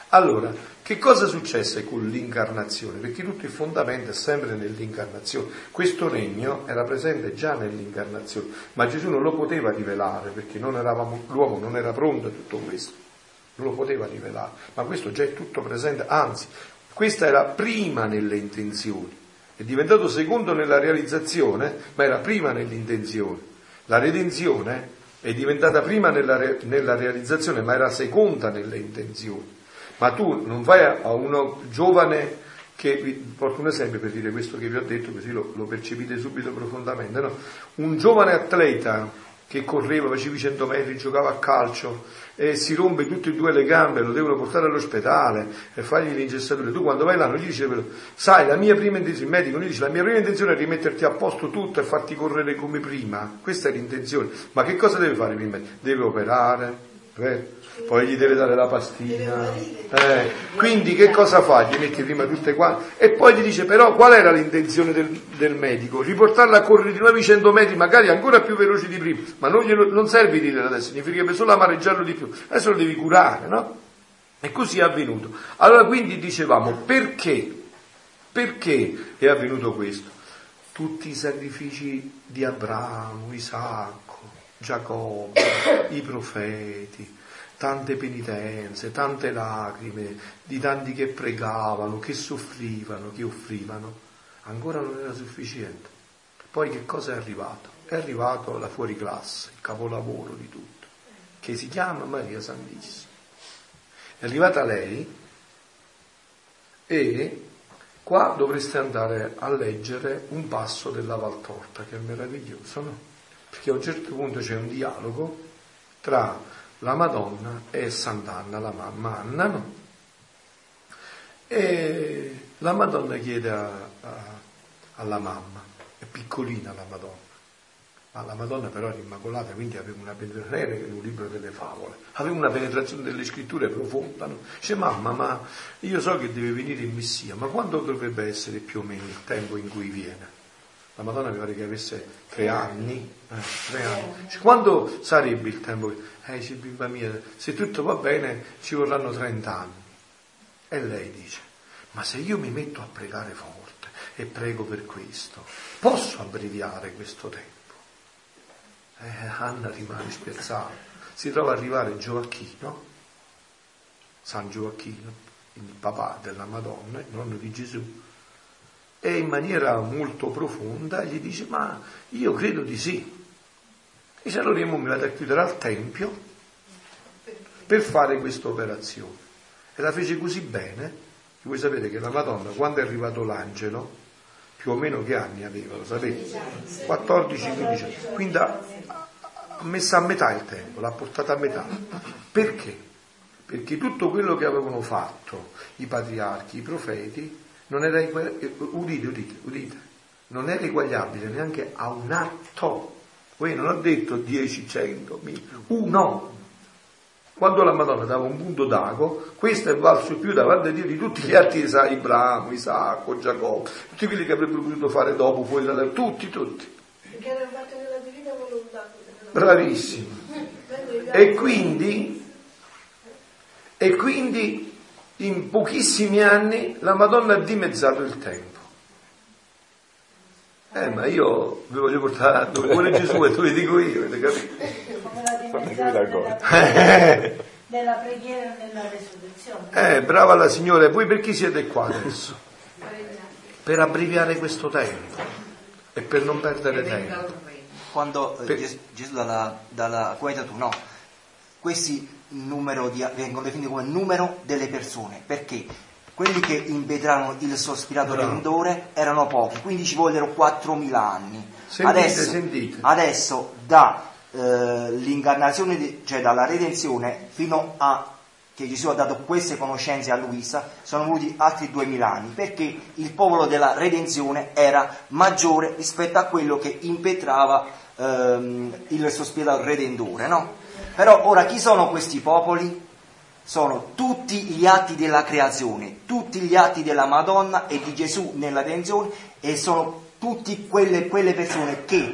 Allora, che cosa successe con l'incarnazione? Perché tutto il fondamento è sempre nell'incarnazione. Questo regno era presente già nell'incarnazione, ma Gesù non lo poteva rivelare perché l'uomo non era pronto a tutto questo, non lo poteva rivelare, ma questo già è tutto presente, anzi, questa era prima nelle intenzioni, è diventato secondo nella realizzazione, ma era prima nell'intenzione. La redenzione è diventata prima nella realizzazione, ma era seconda nelle intenzioni. Ma tu non vai a uno giovane, che vi porto un esempio per dire questo che vi ho detto, così lo percepite subito profondamente, no? Un giovane atleta che correva, faceva i 100 metri, giocava a calcio e si rompe tutte e due le gambe, lo devono portare all'ospedale e fargli l'ingessatura. Tu quando vai là non gli dici, sai, la mia prima intenzione, il medico gli dice, la mia prima intenzione è rimetterti a posto tutto e farti correre come prima. Questa è l'intenzione. Ma che cosa deve fare prima? Deve operare, poi gli deve dare la pastina, quindi che cosa fa? Gli metti prima tutte quante e poi gli dice, però qual era l'intenzione del medico? Riportarla a correre di nuovo i 100 metri, magari ancora più veloci di prima, ma non serve dire adesso, significherebbe solo amareggiarlo di più, adesso lo devi curare, no? E così è avvenuto. Allora quindi dicevamo, perché è avvenuto questo? Tutti i sacrifici di Abramo, Isacco, Giacobbe, i profeti, tante penitenze, tante lacrime, di tanti che pregavano, che soffrivano, che offrivano, ancora non era sufficiente. Poi che cosa è arrivato? È arrivato la fuoriclasse, il capolavoro di tutto, che si chiama Maria Santissima. È arrivata lei e qua dovreste andare a leggere un passo della Valtorta, che è meraviglioso, no? Perché a un certo punto c'è un dialogo tra la Madonna e Sant'Anna, la mamma Anna, no? E la Madonna chiede alla mamma, è piccolina la Madonna, ma la Madonna però era immacolata, quindi aveva una penetrazione, era un libro delle favole, aveva una penetrazione delle scritture profonda, no? Dice, mamma, ma io so che deve venire il Messia, ma quando dovrebbe essere più o meno il tempo in cui viene? La Madonna mi pare che avesse 3 anni, 3 anni. Cioè, quando sarebbe il tempo? Dice, bimba mia, se tutto va bene ci vorranno 30 anni. E lei dice, ma se io mi metto a pregare forte e prego per questo, posso abbreviare questo tempo? Anna rimane spiazzata. Si trova ad arrivare Gioacchino, San Gioacchino, il papà della Madonna, il nonno di Gesù, e in maniera molto profonda gli dice, ma io credo di sì. Dice, allora io mi vado a chiudere al Tempio per fare questa operazione. E la fece così bene, che voi sapete che la Madonna, quando è arrivato l'angelo, più o meno che anni aveva, lo sapete? 14-15 anni. Quindi ha messo a metà il tempo, l'ha portata a metà. Perché? Perché tutto quello che avevano fatto i patriarchi, i profeti, non era udite, non era eguagliabile neanche a un atto. Poi non ho detto 10, 100, 1000, uno. Quando la Madonna dava un punto d'ago, questo è valso più davanti a Dio di tutti gli atti di Abramo, Isacco, Giacobbe, tutti quelli che avrebbero potuto fare dopo, poi tutti. Perché era fatto nella divina volontà. Bravissimo. E quindi in pochissimi anni la Madonna ha dimezzato il tempo. Ma io vi voglio portare dove vuole Gesù e dove dico io, avete capito? Nella preghiera e nella resurrezione. Brava la Signora. E voi per chi siete qua adesso? Per abbreviare questo tempo e per non perdere tempo. Quando Gesù dalla queta tu, no, questi vengono definiti come numero delle persone, perché quelli che impetrarono il sospirato Redentore erano pochi, quindi ci vollero 4.000 anni. Sentite. Adesso l'incarnazione, cioè dalla redenzione fino a che Gesù ha dato queste conoscenze a Luisa, sono voluti altri 2.000 anni, perché il popolo della redenzione era maggiore rispetto a quello che impetrava il sospirato Redentore, no? Però ora chi sono questi popoli? Sono tutti gli atti della creazione, tutti gli atti della Madonna e di Gesù nella redenzione, e sono tutte quelle persone che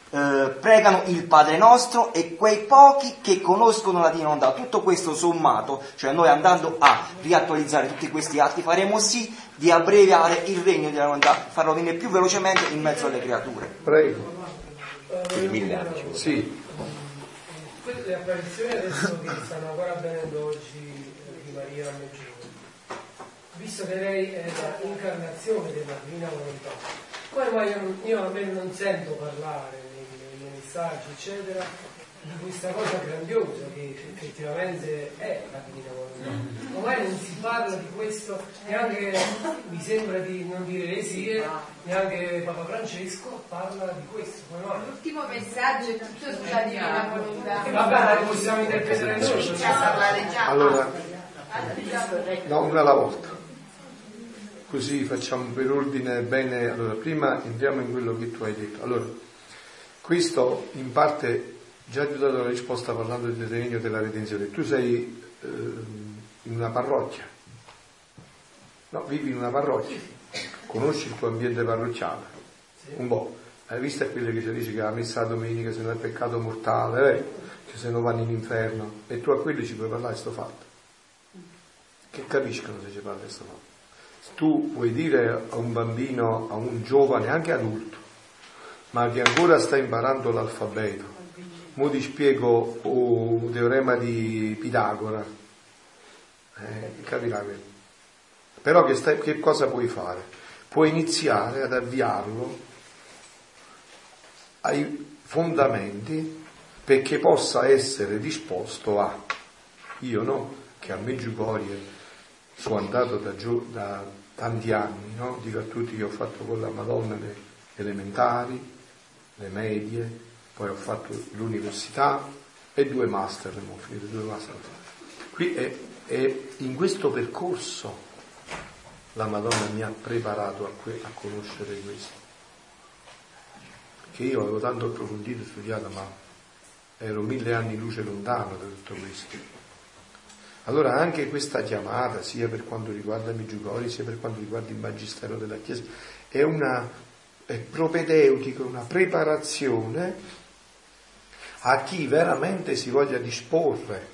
pregano il Padre nostro e quei pochi che conoscono la divina volontà. Tutto questo sommato, cioè noi andando a riattualizzare tutti questi atti, faremo sì di abbreviare il regno della volontà, farlo venire più velocemente in mezzo alle creature. Prego. Per 1000 anni. Sì. Le apparizioni adesso che stanno ancora avvenendo oggi di Maria a Meggiugorje, visto che lei è l'incarnazione della divina volontà, poi io almeno non sento parlare nei messaggi eccetera di questa cosa grandiosa che effettivamente è la divina volontà. Ormai non si parla di questo, neanche mi sembra di non dire eresie, neanche Papa Francesco parla di questo. L'ultimo messaggio è tutto sulla divina volontà. E vabbè, lo possiamo interpretare noi. Allora, no, una alla volta. Così facciamo per ordine bene. Allora, prima entriamo in quello che tu hai detto. Allora, questo in parte già ti ho dato la risposta parlando del regno della redenzione. Tu sei in una parrocchia, no? Vivi in una parrocchia, conosci il tuo ambiente parrocchiale, un po'. Hai visto quelle che ci dice che la messa domenica se non è peccato mortale, che se non vanno in inferno, e tu a quelli ci puoi parlare di sto fatto, che capiscono se ci parla di sto fatto. Tu puoi dire a un bambino, a un giovane, anche adulto, ma che ancora sta imparando l'alfabeto, mo ti spiego il teorema di Pitagora, capirà quello. Però che cosa puoi fare? Puoi iniziare ad avviarlo ai fondamenti perché possa essere disposto a. Io no, che a Meggiugorje sono andato da tanti anni, no? Dico a tutti che ho fatto con la Madonna le elementari, le medie, poi ho fatto l'università e 2 master, ho finito 2 master. Qui è in questo percorso la Madonna mi ha preparato a conoscere questo, che io avevo tanto approfondito e studiato, ma ero 1000 anni luce lontano da tutto questo. Allora anche questa chiamata, sia per quanto riguarda Meggiugorje, sia per quanto riguarda il Magistero della Chiesa, è propedeutica, una preparazione a chi veramente si voglia disporre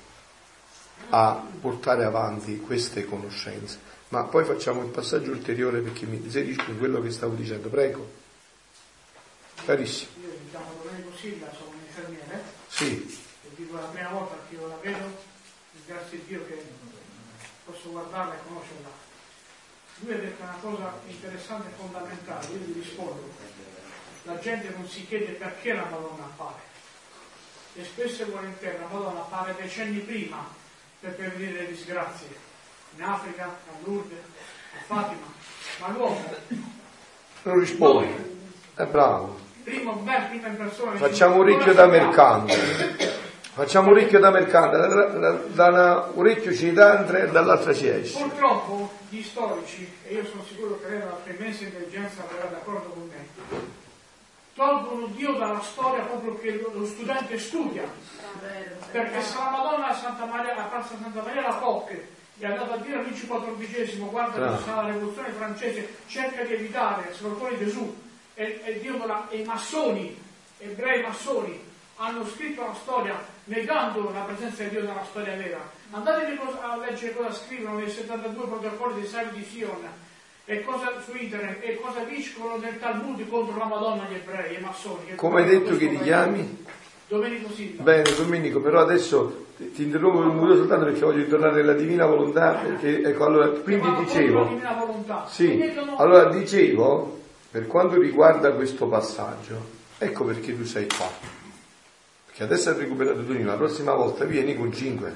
a portare avanti queste conoscenze. Ma poi facciamo il passaggio ulteriore perché mi inserisco in quello che stavo dicendo. Prego. Carissimo. Io mi chiamo Domenico Silla, sono un infermiere. Sì. E dico la prima volta che io la vedo, grazie a Dio che posso guardarla e conoscerla. Lui ha detto una cosa interessante e fondamentale, io gli rispondo. La gente non si chiede perché la Madonna appare. E spesso e volentieri la Madonna appare decenni prima per prevenire le disgrazie. In Africa, a Lourdes, a Fatima. Ma l'uomo Non rispondi. È bravo. prima in persona. Facciamo un orecchio da mercante. Facciamo un orecchio da mercante. Da un orecchio ci entra e dall'altra ci esce. Purtroppo gli storici, e io sono sicuro che lei la sua immensa intelligenza verrà d'accordo con me, tolgono Dio dalla storia proprio che lo studente studia. Perché se la Madonna Santa Maria, la Piazza Santa Maria la Cocche, è andata a dire a Luigi XIV, guarda che sarà la rivoluzione francese, cerca di evitare, secondo Gesù, e i massoni, ebrei massoni, hanno scritto la storia negando la presenza di Dio nella storia vera. Andatevi a leggere cosa scrivono nei 72 protocolli dei Savi di Sion e cosa su internet e cosa dicono nel Talmud contro la Madonna gli ebrei e i massoni. Come hai detto che ti chiami? Domenico Silla. Bene Domenico, però adesso ti interrompo un minuto soltanto perché voglio tornare nella Divina Volontà, perché ecco, allora, quindi dicevo, sì, allora dicevo, per quanto riguarda questo passaggio, ecco perché tu sei qua, perché adesso hai recuperato tu, la prossima volta vieni con 5,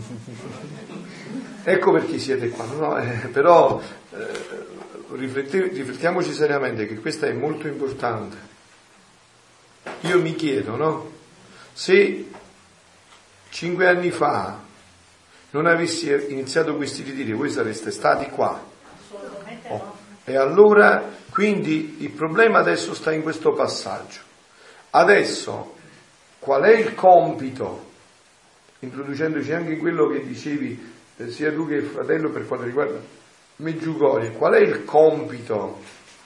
ecco perché siete qua, però riflettiamoci seriamente che questo è molto importante. Io mi chiedo, no? Se 5 anni fa non avessi iniziato questi ritiri, voi sareste stati qua. E allora, quindi, il problema adesso sta in questo passaggio. Adesso, qual è il compito, introducendoci anche in quello che dicevi, sia tu che il fratello per quanto riguarda Meggiugorje, qual è il compito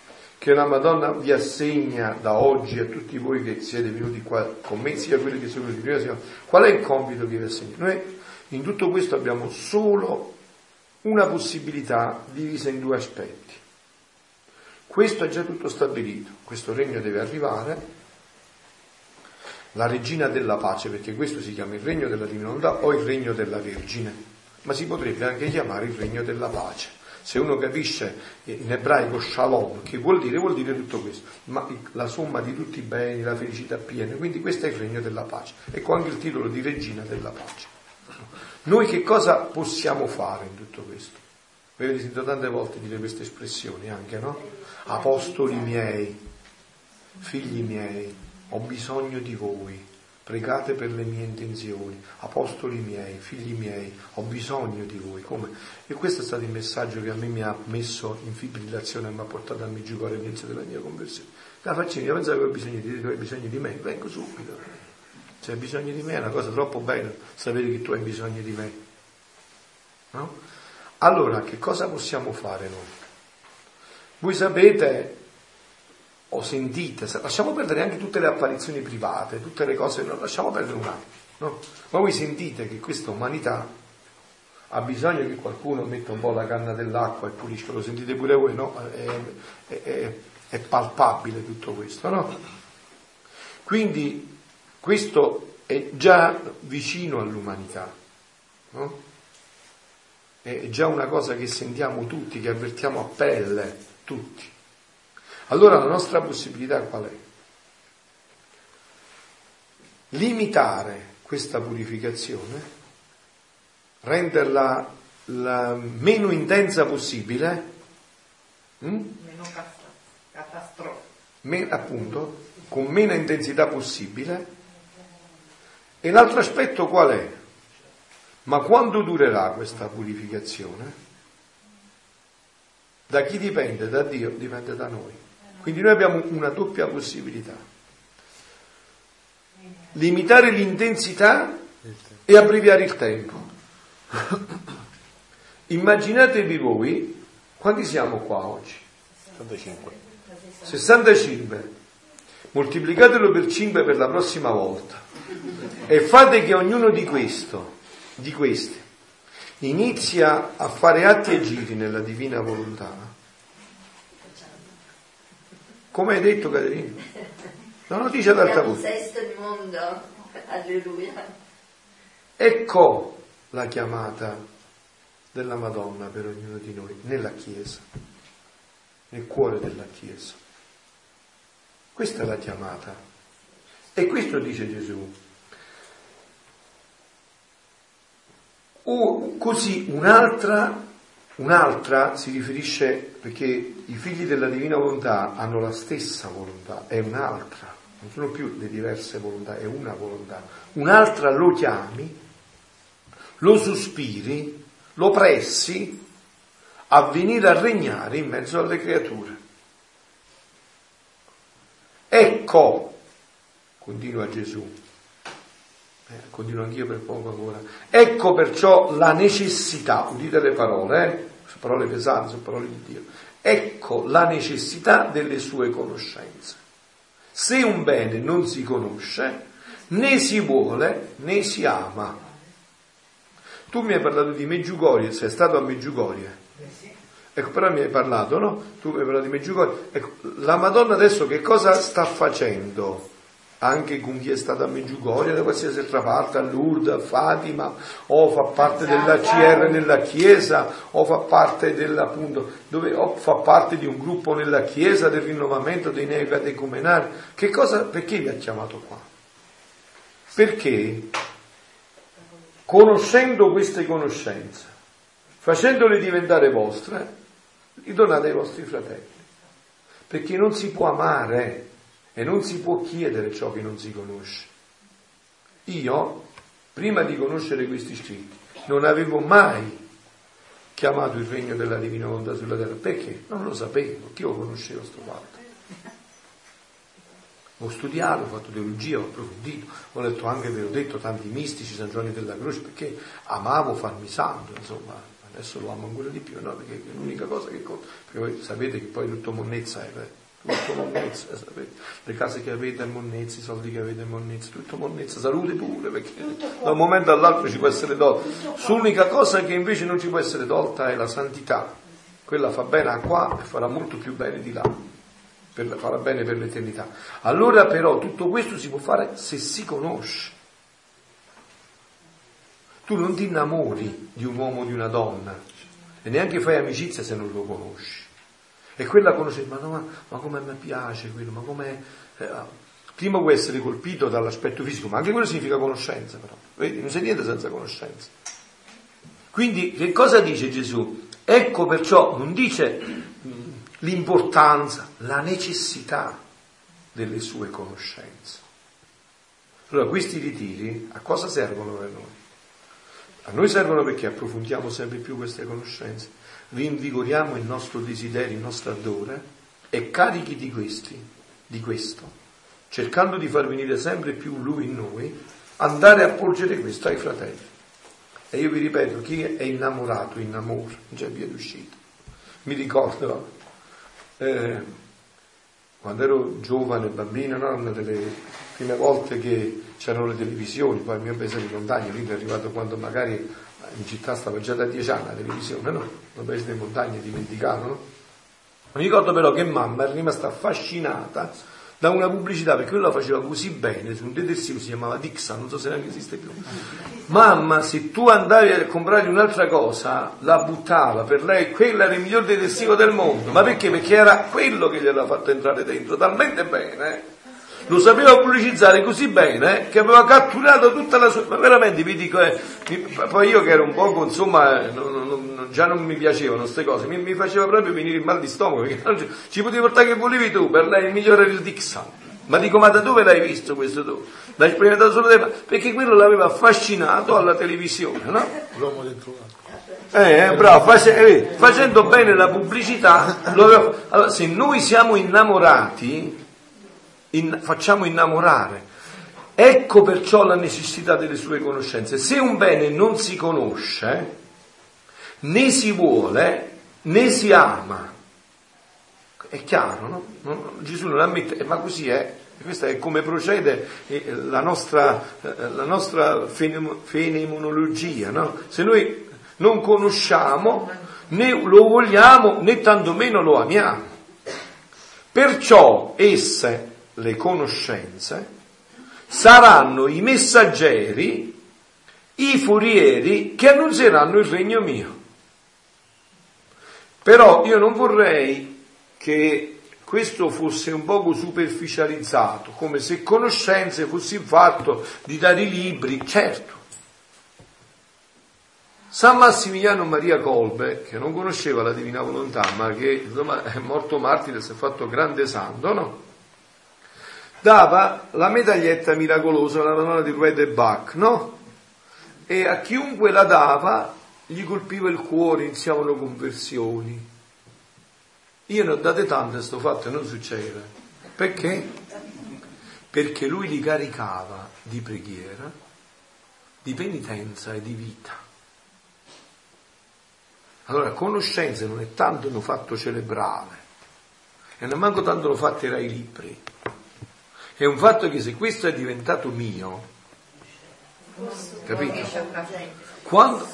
che la Madonna vi assegna da oggi a tutti voi che siete venuti qua con me, sia quelli che sono venuti prima, sia... Qual è il compito che vi assegna? Noi in tutto questo abbiamo solo una possibilità divisa in due aspetti. Questo è già tutto stabilito, questo regno deve arrivare, la regina della pace, perché questo si chiama il regno della divina volontà o il regno della Vergine, ma si potrebbe anche chiamare il regno della pace. Se uno capisce in ebraico shalom, che vuol dire tutto questo, ma la somma di tutti i beni, la felicità piena, quindi questo è il regno della pace. Ecco anche il titolo di regina della pace. Noi che cosa possiamo fare in tutto questo? Voi avete sentito tante volte dire queste espressioni anche, no? Apostoli miei, figli miei, ho bisogno di voi, pregate per le mie intenzioni, apostoli miei, figli miei, ho bisogno di voi. Come? E questo è stato il messaggio che a me mi ha messo in fibrillazione e mi ha portato a Meggiugorje all'inizio della mia conversione. La faccina, io pensavo che avevo bisogno di te, tu hai bisogno di me, vengo subito. Se hai bisogno di me è una cosa troppo bella, sapere che tu hai bisogno di me. No? Allora, che cosa possiamo fare noi? Voi sapete... o sentite, lasciamo perdere anche tutte le apparizioni private, tutte le cose, no, lasciamo perdere un attimo, no? Ma voi sentite che questa umanità ha bisogno che qualcuno metta un po' la canna dell'acqua e pulisca, lo sentite pure voi, no? È palpabile tutto questo, no? Quindi questo è già vicino all'umanità, no? È già una cosa che sentiamo tutti, che avvertiamo a pelle tutti. Allora la nostra possibilità qual è? Limitare questa purificazione, renderla la meno intensa possibile, meno catastrofica, appunto, con meno intensità possibile. E l'altro aspetto qual è? Ma quando durerà questa purificazione? Da chi dipende? Da Dio, dipende da noi. Quindi noi abbiamo una doppia possibilità: limitare l'intensità e abbreviare il tempo. Immaginatevi voi, quanti siamo qua oggi? 65. Moltiplicatelo per 5 per la prossima volta e fate che ognuno di questi inizia a fare atti e giri nella divina volontà. Come hai detto, Caterina? La notizia ad alta voce. Sesto il mondo, alleluia. Ecco la chiamata della Madonna per ognuno di noi, nella Chiesa, nel cuore della Chiesa. Questa è la chiamata. E questo dice Gesù. Così un'altra si riferisce, perché i figli della divina volontà hanno la stessa volontà, è un'altra, non sono più le diverse volontà, è una volontà. Un'altra lo chiami, lo sospiri, lo pressi a venire a regnare in mezzo alle creature. Ecco, continua Gesù, continuo anch'io per poco ancora, ecco perciò la necessità, udite le parole, sono parole pesanti, sono parole di Dio, ecco la necessità delle sue conoscenze. Se un bene non si conosce, né si vuole né si ama. Tu mi hai parlato di Meggiugorje, sei stato a Meggiugorje, ecco, però mi hai parlato, no? Tu mi hai parlato di Meggiugorje, ecco, la Madonna adesso che cosa sta facendo? Anche con chi è stato a Meggiugorje, da qualsiasi altra parte, a Lourdes, a Fatima, o fa parte della CR nella Chiesa, o fa parte o fa parte di un gruppo nella Chiesa del rinnovamento dei neocatecumenari. Perché vi ha chiamato qua? Perché conoscendo queste conoscenze, facendole diventare vostre, li donate ai vostri fratelli. Perché non si può amare e non si può chiedere ciò che non si conosce. Io, prima di conoscere questi scritti, non avevo mai chiamato il regno della divina volontà sulla terra. Perché? Non lo sapevo, chi lo conosceva sto fatto? Ho studiato, ho fatto teologia, ho approfondito, ho letto anche, ve l'ho detto, tanti mistici, San Giovanni della Croce, perché amavo farmi santo, insomma, adesso lo amo ancora di più, no? Perché è l'unica cosa che conta, perché voi sapete che poi tutto monnezza è. tutto monnezza, le case che avete monnezza, i soldi che avete monnezza, tutto monnezza, salute pure, perché da un momento all'altro ci può essere tolta. L'unica cosa che invece non ci può essere tolta è la santità, quella fa bene a qua e farà molto più bene di là, farà bene per l'eternità. Allora però tutto questo si può fare se si conosce. Tu non ti innamori di un uomo o di una donna e neanche fai amicizia se non lo conosci. E quella conosce, ma come mi piace quello, ma come... prima può essere colpito dall'aspetto fisico, ma anche quello significa conoscenza, però. Vedi, non c'è niente senza conoscenza. Quindi che cosa dice Gesù? Ecco perciò, non dice l'importanza, la necessità delle sue conoscenze. Allora questi ritiri a cosa servono per noi? A noi servono perché approfondiamo sempre più queste conoscenze, rinvigoriamo il nostro desiderio, il nostro ardore e carichi di questo, cercando di far venire sempre più Lui in noi, andare a porgere questo ai fratelli. E io vi ripeto, chi è innamorato, innamora, non c'è via d'uscita. Mi ricordo, quando ero giovane, bambino, no? Una delle prime volte che c'erano le televisioni, poi il mio paese di montagna, lì è arrivato quando magari in città stava già da 10 anni la televisione, no? Un paese di montagna dimenticato, no? Mi ricordo però che mamma è rimasta affascinata da una pubblicità, perché lui la faceva così bene, su un detersivo si chiamava Dixa, non so se neanche esiste più. Mamma, se tu andavi a comprare un'altra cosa, la buttava, per lei quello era il miglior detersivo del mondo. Ma perché? Perché era quello che gliel'ha fatto entrare dentro, talmente bene, lo sapeva pubblicizzare così bene, che aveva catturato tutta la sua... Ma veramente vi dico, poi io che ero un poco, insomma, già non mi piacevano queste cose, mi faceva proprio venire il mal di stomaco, perché ci potevi portare che volevi tu, per lei il migliore era il Dixon. Ma dico, ma da dove l'hai visto questo tu? L'hai sperimentato solo te? Perché quello l'aveva affascinato alla televisione, no? L'uomo dentro bravo, facendo bene la pubblicità, allora, se noi siamo innamorati, facciamo innamorare. Ecco perciò la necessità delle sue conoscenze. Se un bene non si conosce, né si vuole, né si ama. È chiaro, no? Gesù non ammette, ma così è. Questa è come procede la nostra fenomenologia, no? Se noi non conosciamo, né lo vogliamo, né tantomeno lo amiamo. Perciò esse, le conoscenze, saranno i messaggeri, i furieri che annunzieranno il regno mio. Però io non vorrei che questo fosse un poco superficializzato, come se conoscenze fosse il fatto di dare i libri. Certo, San Massimiliano Maria Kolbe, che non conosceva la Divina Volontà, ma che insomma è morto martire, si è fatto grande santo, no? Dava la medaglietta miracolosa alla Madonna di Lourdes de Bach, no? E a chiunque la dava gli colpiva il cuore, iniziavano conversioni. Io ne ho date tante, sto fatto e non succede. Perché? Perché lui li caricava di preghiera, di penitenza e di vita. Allora, conoscenze non è tanto hanno fatto celebrare, e non manco tanto lo fatto era i libri. È un fatto che se questo è diventato mio, capito? Quando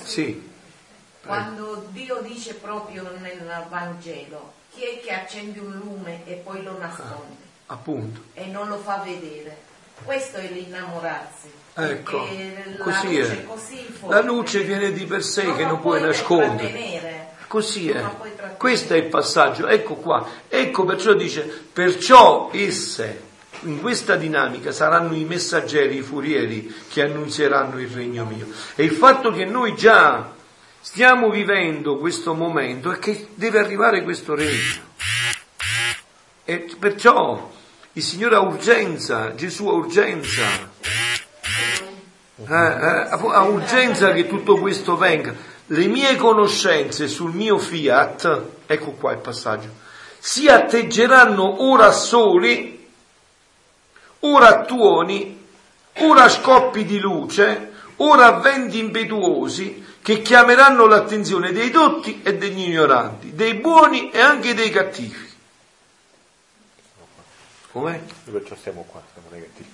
Dio dice proprio nel Vangelo, chi è che accende un lume e poi lo nasconde? Appunto. E non lo fa vedere. Questo è l'innamorarsi. Ecco, la così luce è. Così forte, la luce viene di per sé, che non puoi nascondere. Così è. Questo è il passaggio. Ecco qua. Ecco perciò dice, perciò esse in questa dinamica saranno i messaggeri, i furieri che annunzieranno il regno mio. E il fatto che noi già stiamo vivendo questo momento è che deve arrivare questo regno. E perciò il Signore ha urgenza, Gesù ha urgenza, ha urgenza che tutto questo venga. Le mie conoscenze sul mio fiat, ecco qua il passaggio, si atteggeranno ora soli, ora a tuoni, ora a scoppi di luce, ora a venti impetuosi che chiameranno l'attenzione dei dotti e degli ignoranti, dei buoni e anche dei cattivi. Com'è? Perciò stiamo qua, siamo negativi.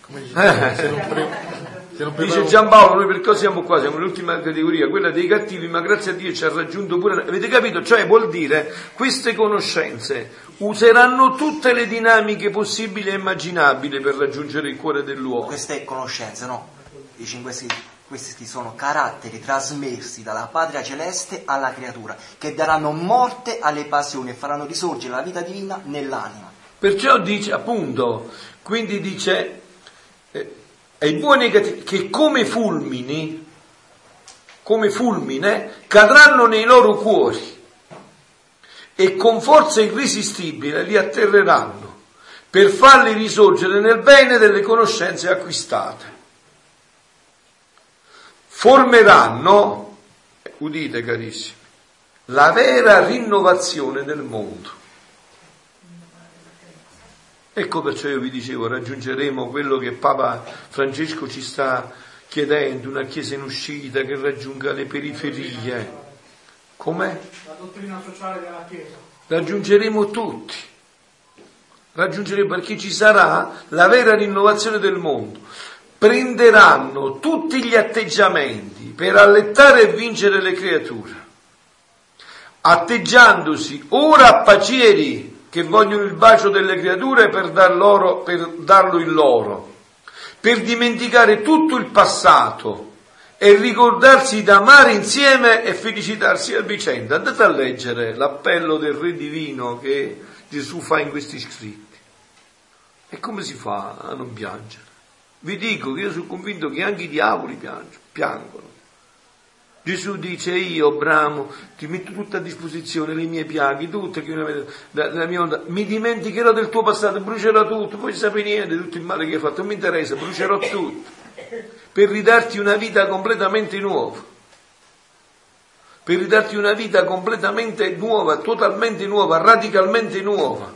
Dice Giampaolo, noi per cosa siamo qua? Siamo l'ultima categoria, quella dei cattivi, ma grazie a Dio ci ha raggiunto pure. Avete capito? Cioè vuol dire, queste conoscenze useranno tutte le dinamiche possibili e immaginabili per raggiungere il cuore dell'uomo. Queste conoscenze, no? Dice questi sono caratteri trasmessi dalla Patria Celeste alla creatura, che daranno morte alle passioni e faranno risorgere la vita divina nell'anima. Perciò dice, appunto, quindi dice, ai buoni e cattivi, che come fulmine, cadranno nei loro cuori e con forza irresistibile li atterreranno per farli risorgere nel bene delle conoscenze acquistate. Formeranno, udite carissimi, la vera rinnovazione del mondo. Ecco perciò io vi dicevo, raggiungeremo quello che Papa Francesco ci sta chiedendo, una chiesa in uscita che raggiunga le periferie. Com'è? La dottrina sociale della Chiesa. Raggiungeremo tutti. Raggiungeremo perché ci sarà la vera rinnovazione del mondo. Prenderanno tutti gli atteggiamenti per allettare e vincere le creature, atteggiandosi ora pacieri che vogliono il bacio delle creature per darlo in loro, per dimenticare tutto il passato e ricordarsi d'amare insieme e felicitarsi a vicenda. Andate a leggere l'appello del Re Divino che Gesù fa in questi scritti. E come si fa a non piangere? Vi dico che io sono convinto che anche i diavoli piangono. Gesù dice, io bramo, ti metto tutto a disposizione, le mie piaghe, tutte, la mia onda, mi dimenticherò del tuo passato, brucerò tutto, poi sappi niente, tutto il male che hai fatto, non mi interessa, brucerò tutto, per ridarti una vita completamente nuova, totalmente nuova, radicalmente nuova,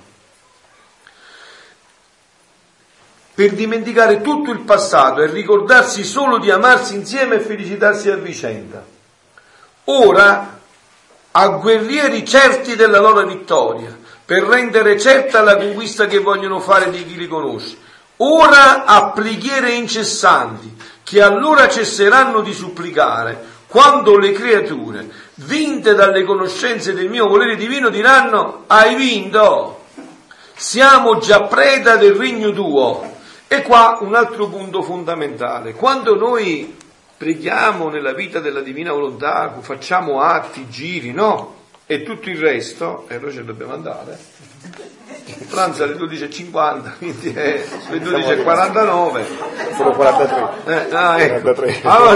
per dimenticare tutto il passato e ricordarsi solo di amarsi insieme e felicitarsi a vicenda. Ora, a guerrieri certi della loro vittoria, per rendere certa la conquista che vogliono fare di chi li conosce. Ora a preghiere incessanti, che allora cesseranno di supplicare, quando le creature, vinte dalle conoscenze del mio volere divino, diranno, hai vinto, siamo già preda del regno tuo. E qua un altro punto fondamentale, quando noi preghiamo nella vita della divina volontà, facciamo atti, giri, no? E tutto il resto, e noi ce ne dobbiamo andare. Il pranzo alle 12.50, quindi è alle 12.49. Sono 43. Ecco. 43. Allora,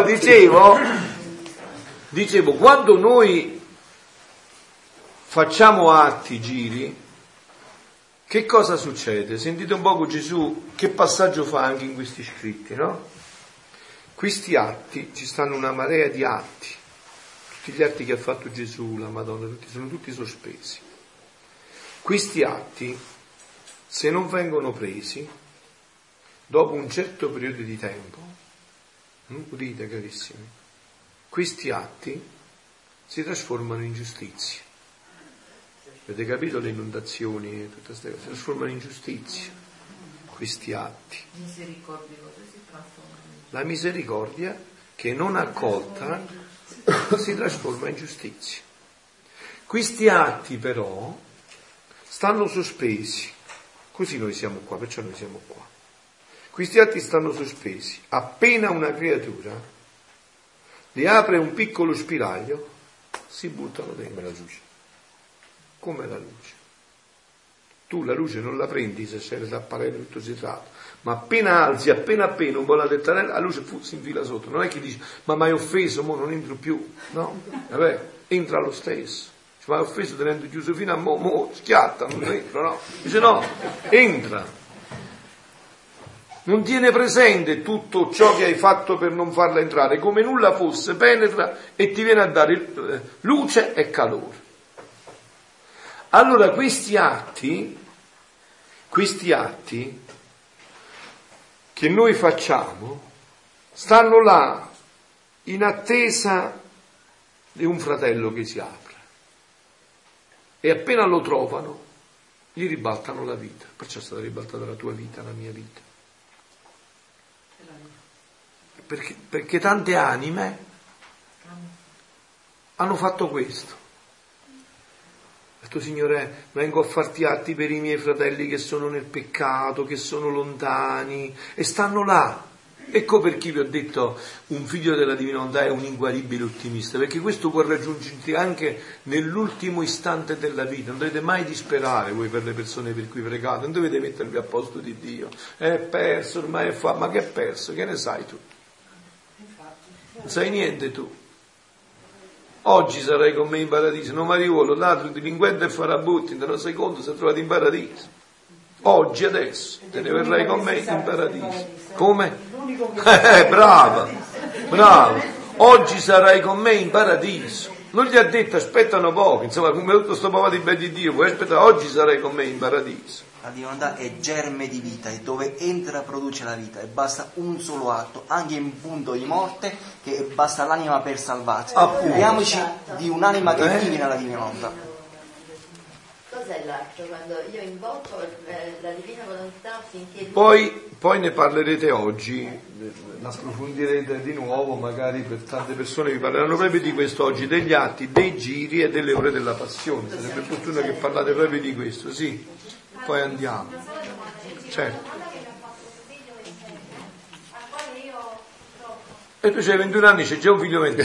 dicevo, quando noi facciamo atti, giri, che cosa succede? Sentite un poco Gesù, che passaggio fa anche in questi scritti, no? Questi atti, ci stanno una marea di atti, tutti gli atti che ha fatto Gesù, la Madonna, sono tutti sospesi. Questi atti, se non vengono presi, dopo un certo periodo di tempo, udite carissimi, questi atti si trasformano in giustizia. Avete capito le inondazioni e tutte queste cose? Si trasformano in giustizia, questi atti. La misericordia che non accolta si trasforma in giustizia. Questi atti però stanno sospesi, così noi siamo qua, perciò noi siamo qua. Questi atti stanno sospesi. Appena una creatura li apre un piccolo spiraglio, si buttano dentro la luce. Come la luce. Tu la luce non la prendi se sei l'apparello tutto sitrato, ma appena alzi, appena un po' la tettanella, la luce si infila sotto. Non è che dici, ma mi hai offeso, mo non entro più. No, vabbè, entra lo stesso. Ci mi hai offeso tenendo chiuso fino a mo schiatta, non entro, no? Dice no, entra. Non tiene presente tutto ciò che hai fatto per non farla entrare, come nulla fosse, penetra e ti viene a dare luce e calore. Allora questi atti che noi facciamo stanno là in attesa di un fratello che si apre, e appena lo trovano gli ribaltano la vita. Perciò è stata ribaltata la tua vita, la mia vita. Perché tante anime hanno fatto questo. Ha detto: Signore, vengo a farti atti per i miei fratelli che sono nel peccato, che sono lontani, e stanno là. Ecco perché vi ho detto: un figlio della divina volontà è un inguaribile ottimista, perché questo può raggiungerti anche nell'ultimo istante della vita. Non dovete mai disperare voi per le persone per cui pregate, non dovete mettervi a posto di Dio. È perso, ormai è ma che è perso? Che ne sai tu? Non sai niente tu. Oggi sarai con me in paradiso, non Mariuolo, l'altro delinquente e farabutti, nello secondo si è trovato in paradiso. Oggi, adesso, te ne verrai con me in paradiso. Come? Brava. Oggi sarai con me in paradiso. Non gli ha detto aspettano poco, insomma, come tutto sto popolo di ben di Dio, puoi aspettare, oggi sarai con me in paradiso. La divinità è germe di vita, e dove entra produce la vita, e basta un solo atto, anche in punto di morte, che basta l'anima per salvarsi. Figuriamoci di un'anima che vive nella divina volontà. Cos'è l'atto? Quando io invoco la divina volontà finché... Poi ne parlerete oggi, approfondirete di nuovo, magari per tante persone vi parleranno proprio di questo oggi, degli atti, dei giri e delle ore della passione. Sarebbe opportuno che parlate proprio di questo, sì. Poi andiamo. Certo. E tu c'hai 21 anni, c'è già un figlio 20.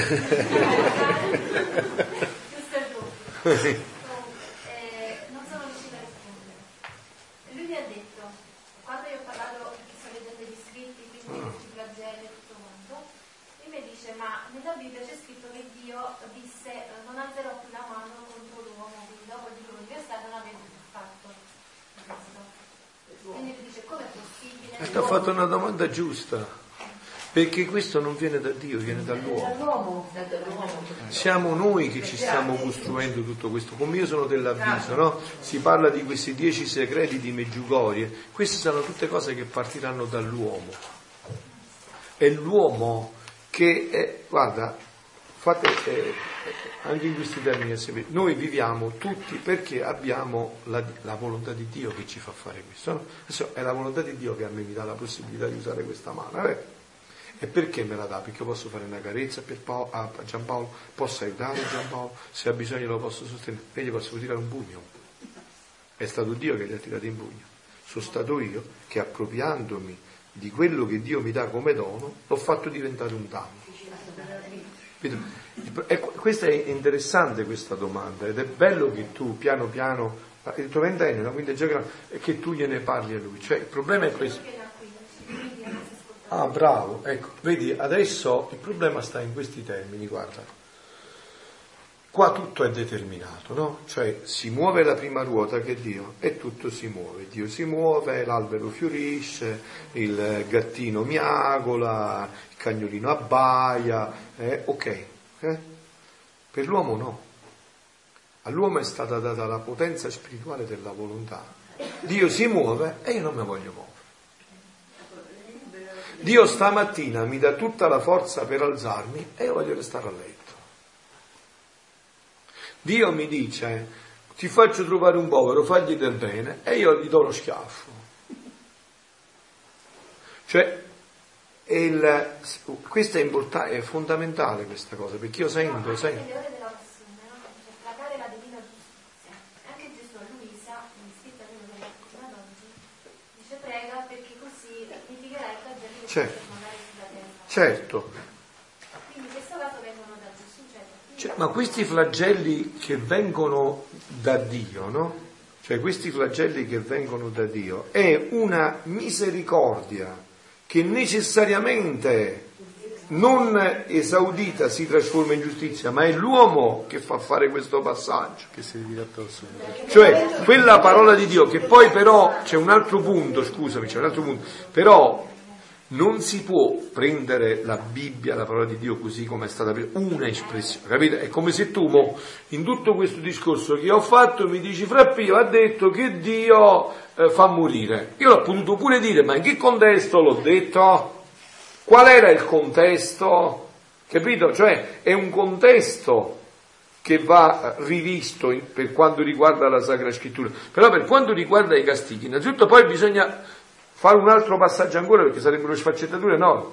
Ti ha fatto una domanda giusta, perché questo non viene da Dio, viene dall'uomo. Siamo noi che ci stiamo costruendo tutto questo. Come io sono dell'avviso, no? Si parla di questi 10 segreti di Meggiugorie. Queste sono tutte cose che partiranno dall'uomo. È l'uomo che è, guarda, fate anche in questi termini, noi viviamo tutti perché abbiamo la volontà di Dio che ci fa fare questo, no? Adesso è la volontà di Dio che a me mi dà la possibilità di usare questa mano, e perché me la dà? Perché posso fare una carezza a Giampaolo, posso aiutare Giampaolo, se ha bisogno lo posso sostenere, e gli posso tirare un pugno. È stato Dio che gli ha tirato in pugno, sono stato io che, appropriandomi di quello che Dio mi dà come dono, l'ho fatto diventare un danno. Questa è interessante, questa domanda, ed è bello che tu piano piano, il tuo ventennio, no? Quindi è già grande, che tu gliene parli a lui. Cioè il problema è questo. Ah, bravo, ecco, vedi, adesso il problema sta in questi termini, guarda. Qua tutto è determinato, no? Cioè si muove la prima ruota che è Dio, e tutto si muove. Dio si muove, l'albero fiorisce, il gattino miagola, il cagnolino abbaia, ok. Per l'uomo no. All'uomo è stata data la potenza spirituale della volontà. Dio si muove e io non mi voglio muovere. Dio stamattina mi dà tutta la forza per alzarmi e io voglio restare a letto. Dio mi dice: ti faccio trovare un povero, fagli del bene, e io gli do lo schiaffo. Cioè questo è fondamentale, questa cosa, perché io sento. Le ore della passione, no? Cioè, placare la divina giustizia. Anche Gesù a Luisa, iscritta a quello della fino ad oggi, dice: prega perché così mitigherai il flagello che magari sulla terra. Certo. Quindi in questo caso vengono da Gesù, ma questi flagelli che vengono da Dio, no? Cioè questi flagelli che vengono da Dio è una misericordia che necessariamente non esaudita si trasforma in giustizia, ma è l'uomo che fa fare questo passaggio, che si ridatta al suo. Cioè quella parola di Dio, che poi però c'è un altro punto, però non si può prendere la Bibbia, la parola di Dio, così come è stata una espressione, capite? È come se tu in tutto questo discorso che ho fatto mi dici: Fra Pio ha detto che Dio fa morire. Io l'ho potuto pure dire, ma in che contesto l'ho detto? Qual era il contesto? Capito? Cioè è un contesto che va rivisto per quanto riguarda la Sacra Scrittura. Però per quanto riguarda i castighi, innanzitutto poi bisogna fare un altro passaggio ancora, perché sarebbero sfaccettature enormi.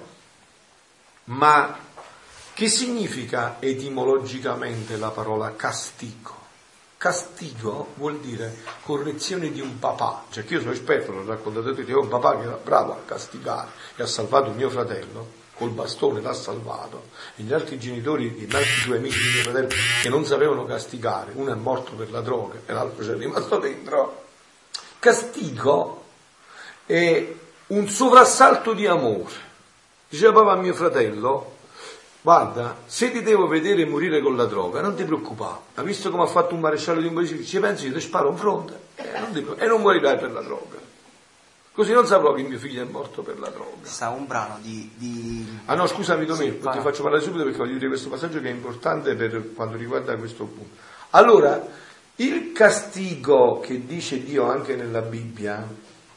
Ma che significa etimologicamente la parola castigo? Castigo vuol dire correzione di un papà. Cioè, che io sono esperto, l'ho raccontato a tutti, ho un papà che era bravo a castigare e ha salvato mio fratello, col bastone l'ha salvato, e gli altri genitori, gli altri due amici di mio fratello che non sapevano castigare, uno è morto per la droga e l'altro c'è rimasto dentro. Castigo è un sovrassalto di amore. Diceva papà a mio fratello: guarda, se ti devo vedere morire con la droga, non ti preoccupare, ha visto come ha fatto un maresciallo di un paese, ci pensi, io ti sparo in fronte e non morirai per la droga. Così non saprò che mio figlio è morto per la droga. Sta un brano di... Ah no, scusami Domenico, sì, ti faccio parlare subito perché voglio dire questo passaggio che è importante per quanto riguarda questo punto. Allora, il castigo che dice Dio anche nella Bibbia,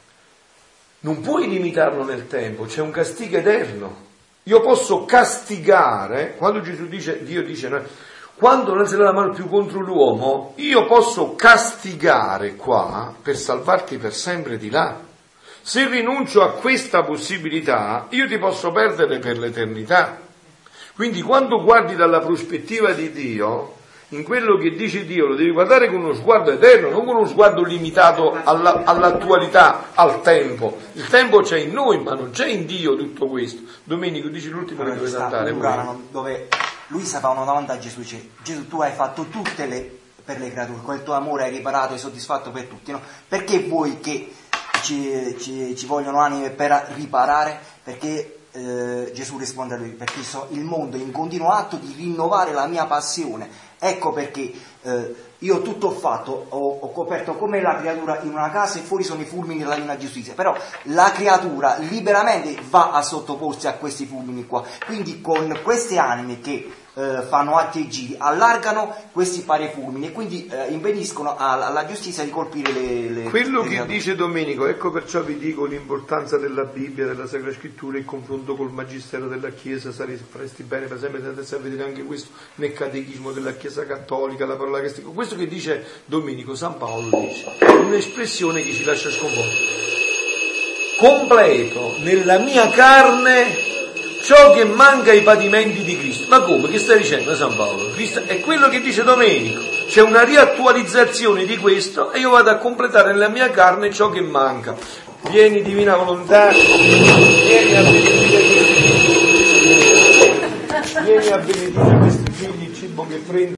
non puoi limitarlo nel tempo, c'è un castigo eterno. Io posso castigare, quando Gesù dice, Dio dice, no, quando non alzerà la mano più contro l'uomo, io posso castigare qua per salvarti per sempre di là. Se rinuncio a questa possibilità, io ti posso perdere per l'eternità. Quindi quando guardi dalla prospettiva di Dio, in quello che dice Dio lo devi guardare con uno sguardo eterno, non con uno sguardo limitato all'attualità, al tempo. Il tempo c'è in noi, ma non c'è in Dio tutto questo. Domenico, dici l'ultimo che dovete andare. Un brano dove Luisa fa una domanda a Gesù, dice: Gesù, tu hai fatto tutte per le creature, quel tuo amore hai riparato, hai soddisfatto per tutti, no? Perché vuoi che ci vogliono anime per riparare? Perché Gesù risponde a lui: perché il mondo è in continuo atto di rinnovare la mia passione. Ecco perché io tutto ho fatto, ho coperto come la creatura in una casa e fuori sono i fulmini della divina giustizia. Però la creatura liberamente va a sottoporsi a questi fulmini qua. Quindi con queste anime che fanno atti e giri allargano questi pari fulmini e quindi impediscono alla giustizia di colpire le quello le che dice Domenico. Ecco perciò vi dico l'importanza della Bibbia, della Sacra Scrittura, il confronto col Magistero della Chiesa. Faresti bene per esempio andate a vedere anche questo nel Catechismo della Chiesa Cattolica, la parola castigo. Questo che dice Domenico, San Paolo dice, è un'espressione che ci lascia sconvolto. Completo nella mia carne ciò che manca ai patimenti di Cristo. Ma come? Che stai dicendo San Paolo? Cristo è quello che dice Domenico. C'è una riattualizzazione di questo e io vado a completare nella mia carne ciò che manca. Vieni divina volontà, vieni a benedire questi figli, il cibo che prendi.